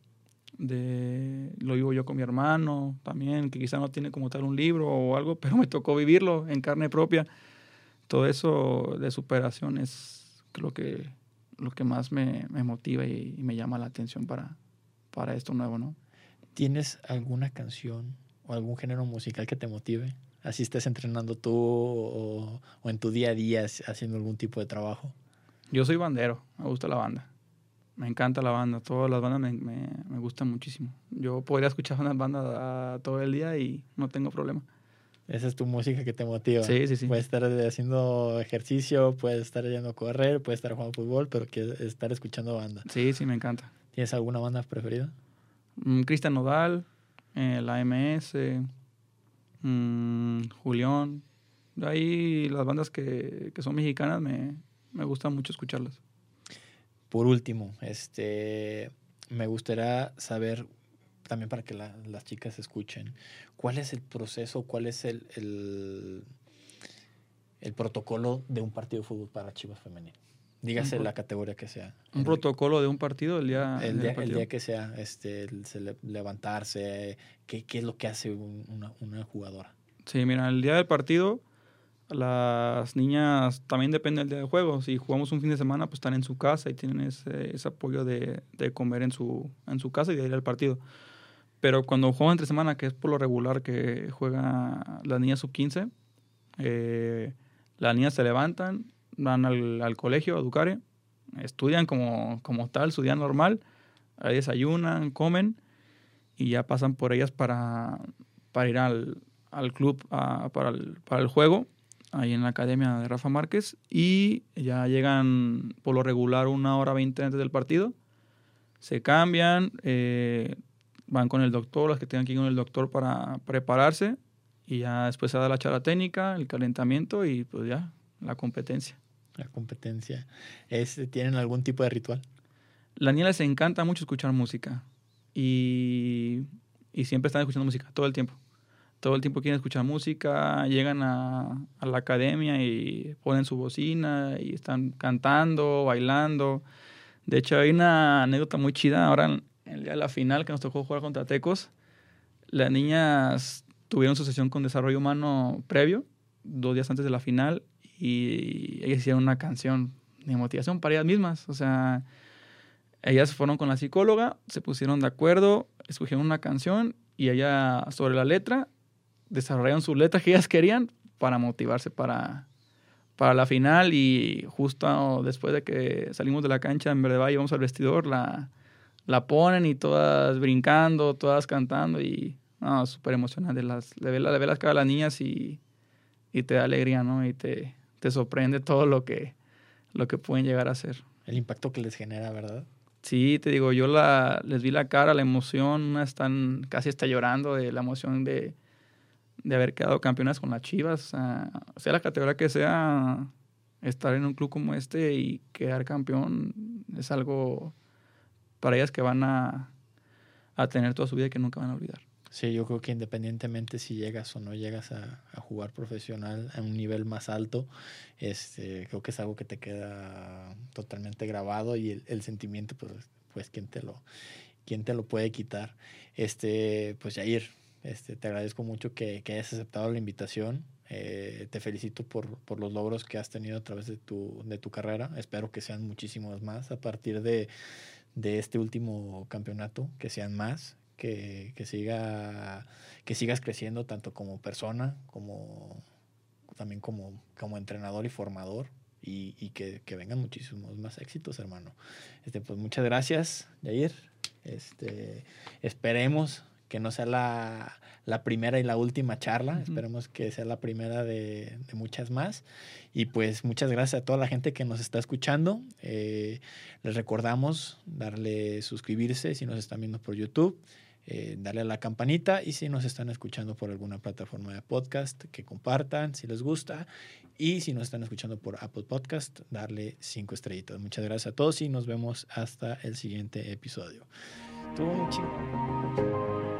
de lo vivo yo con mi hermano también, que quizá no tiene como tal un libro o algo, pero me tocó vivirlo en carne propia. Todo eso de superación es lo que, lo que más me, me motiva y, y me llama la atención para, para esto nuevo, ¿no? ¿Tienes alguna canción o algún género musical que te motive? Así estés entrenando tú o, o en tu día a día haciendo algún tipo de trabajo. Yo soy bandero, me gusta la banda. Me encanta la banda, todas las bandas me, me, me gustan muchísimo. Yo podría escuchar unas bandas a, todo el día y no tengo problema. Esa es tu música que te motiva. Sí, sí, sí. Puedes estar haciendo ejercicio, puedes estar yendo a correr, puedes estar jugando fútbol, pero quieres estar escuchando banda. Sí, sí, me encanta. ¿Tienes alguna banda preferida? Mm, Cristian Nodal, eh, la M S, mm, Julián. De ahí las bandas que, que son mexicanas me, me gusta mucho escucharlas. Por último, este, me gustaría saber, también para que la, las chicas escuchen, ¿cuál es el proceso, cuál es el, el, el protocolo de un partido de fútbol para Chivas Femenil? Dígase la categoría que sea. ¿Un el, protocolo de un partido el día el día, el el día que sea, este, el, el levantarse, ¿qué, qué es lo que hace un, una, una jugadora? Sí, mira, el día del partido Las niñas también depende del día de juego. Si jugamos un fin de semana, pues están en su casa y tienen ese, ese apoyo de, de comer en su, en su casa y de ir al partido. Pero cuando juegan entre semana, que es por lo regular que juega las niñas sub quince, eh, las niñas se levantan, van al, al colegio, a Ducare, estudian como, como tal, su día normal, ahí desayunan, comen y ya pasan por ellas para, para ir al, al club a, para, el, para el juego, ahí en la academia de Rafa Márquez, y ya llegan por lo regular una hora veinte antes del partido, se cambian, eh, van con el doctor, las que tengan que ir con el doctor para prepararse, y ya después se da la charla técnica, el calentamiento y pues ya, la competencia. La competencia. Es, ¿tienen algún tipo de ritual? Las niñas les encanta mucho escuchar música y, y siempre están escuchando música, todo el tiempo. Todo el tiempo quieren escuchar música, llegan a, a la academia y ponen su bocina y están cantando, bailando. De hecho, hay una anécdota muy chida. Ahora, en el día de la final que nos tocó jugar contra Tecos, las niñas tuvieron su sesión con desarrollo humano previo, dos días antes de la final, y ellas hicieron una canción de motivación para ellas mismas. O sea, ellas fueron con la psicóloga, se pusieron de acuerdo, escogieron una canción y ella, sobre la letra, desarrollaron su letra que ellas querían para motivarse para, para la final. Y justo después de que salimos de la cancha, en verdad, íbamos al vestidor, la, la ponen y todas brincando, todas cantando y no, súper emocionante. Las, le ve le ve las caras a las niñas y, y te da alegría, ¿no? Y te, te sorprende todo lo que, lo que pueden llegar a hacer. El impacto que les genera, ¿verdad? Sí, te digo, yo la, les vi la cara, la emoción, unas están casi está llorando de la emoción de de haber quedado campeonas con las Chivas, o sea, sea la categoría que sea, estar en un club como este y quedar campeón es algo para ellas que van a, a tener toda su vida y que nunca van a olvidar. Sí, yo creo que independientemente si llegas o no llegas a, a jugar profesional a un nivel más alto, este, creo que es algo que te queda totalmente grabado y el, el sentimiento, pues, pues ¿quién te lo, quién te lo puede quitar? Este, pues Yair, Este, te agradezco mucho que, que hayas aceptado la invitación. Eh, te felicito por, por los logros que has tenido a través de tu, de tu carrera. Espero que sean muchísimos más a partir de, de este último campeonato, que sean más, que, que, siga, que sigas creciendo tanto como persona, como también como, como entrenador y formador. Y, y que, que vengan muchísimos más éxitos, hermano. Este, pues muchas gracias, Yair. Este, esperemos que no sea la, la primera y la última charla. Uh-huh. Esperemos que sea la primera de, de muchas más. Y pues muchas gracias a toda la gente que nos está escuchando. Eh, les recordamos darle suscribirse si nos están viendo por YouTube, eh, darle a la campanita y si nos están escuchando por alguna plataforma de podcast, que compartan si les gusta. Y si nos están escuchando por Apple Podcast, darle cinco estrellitas. Muchas gracias a todos y nos vemos hasta el siguiente episodio. Estuvo muy chido.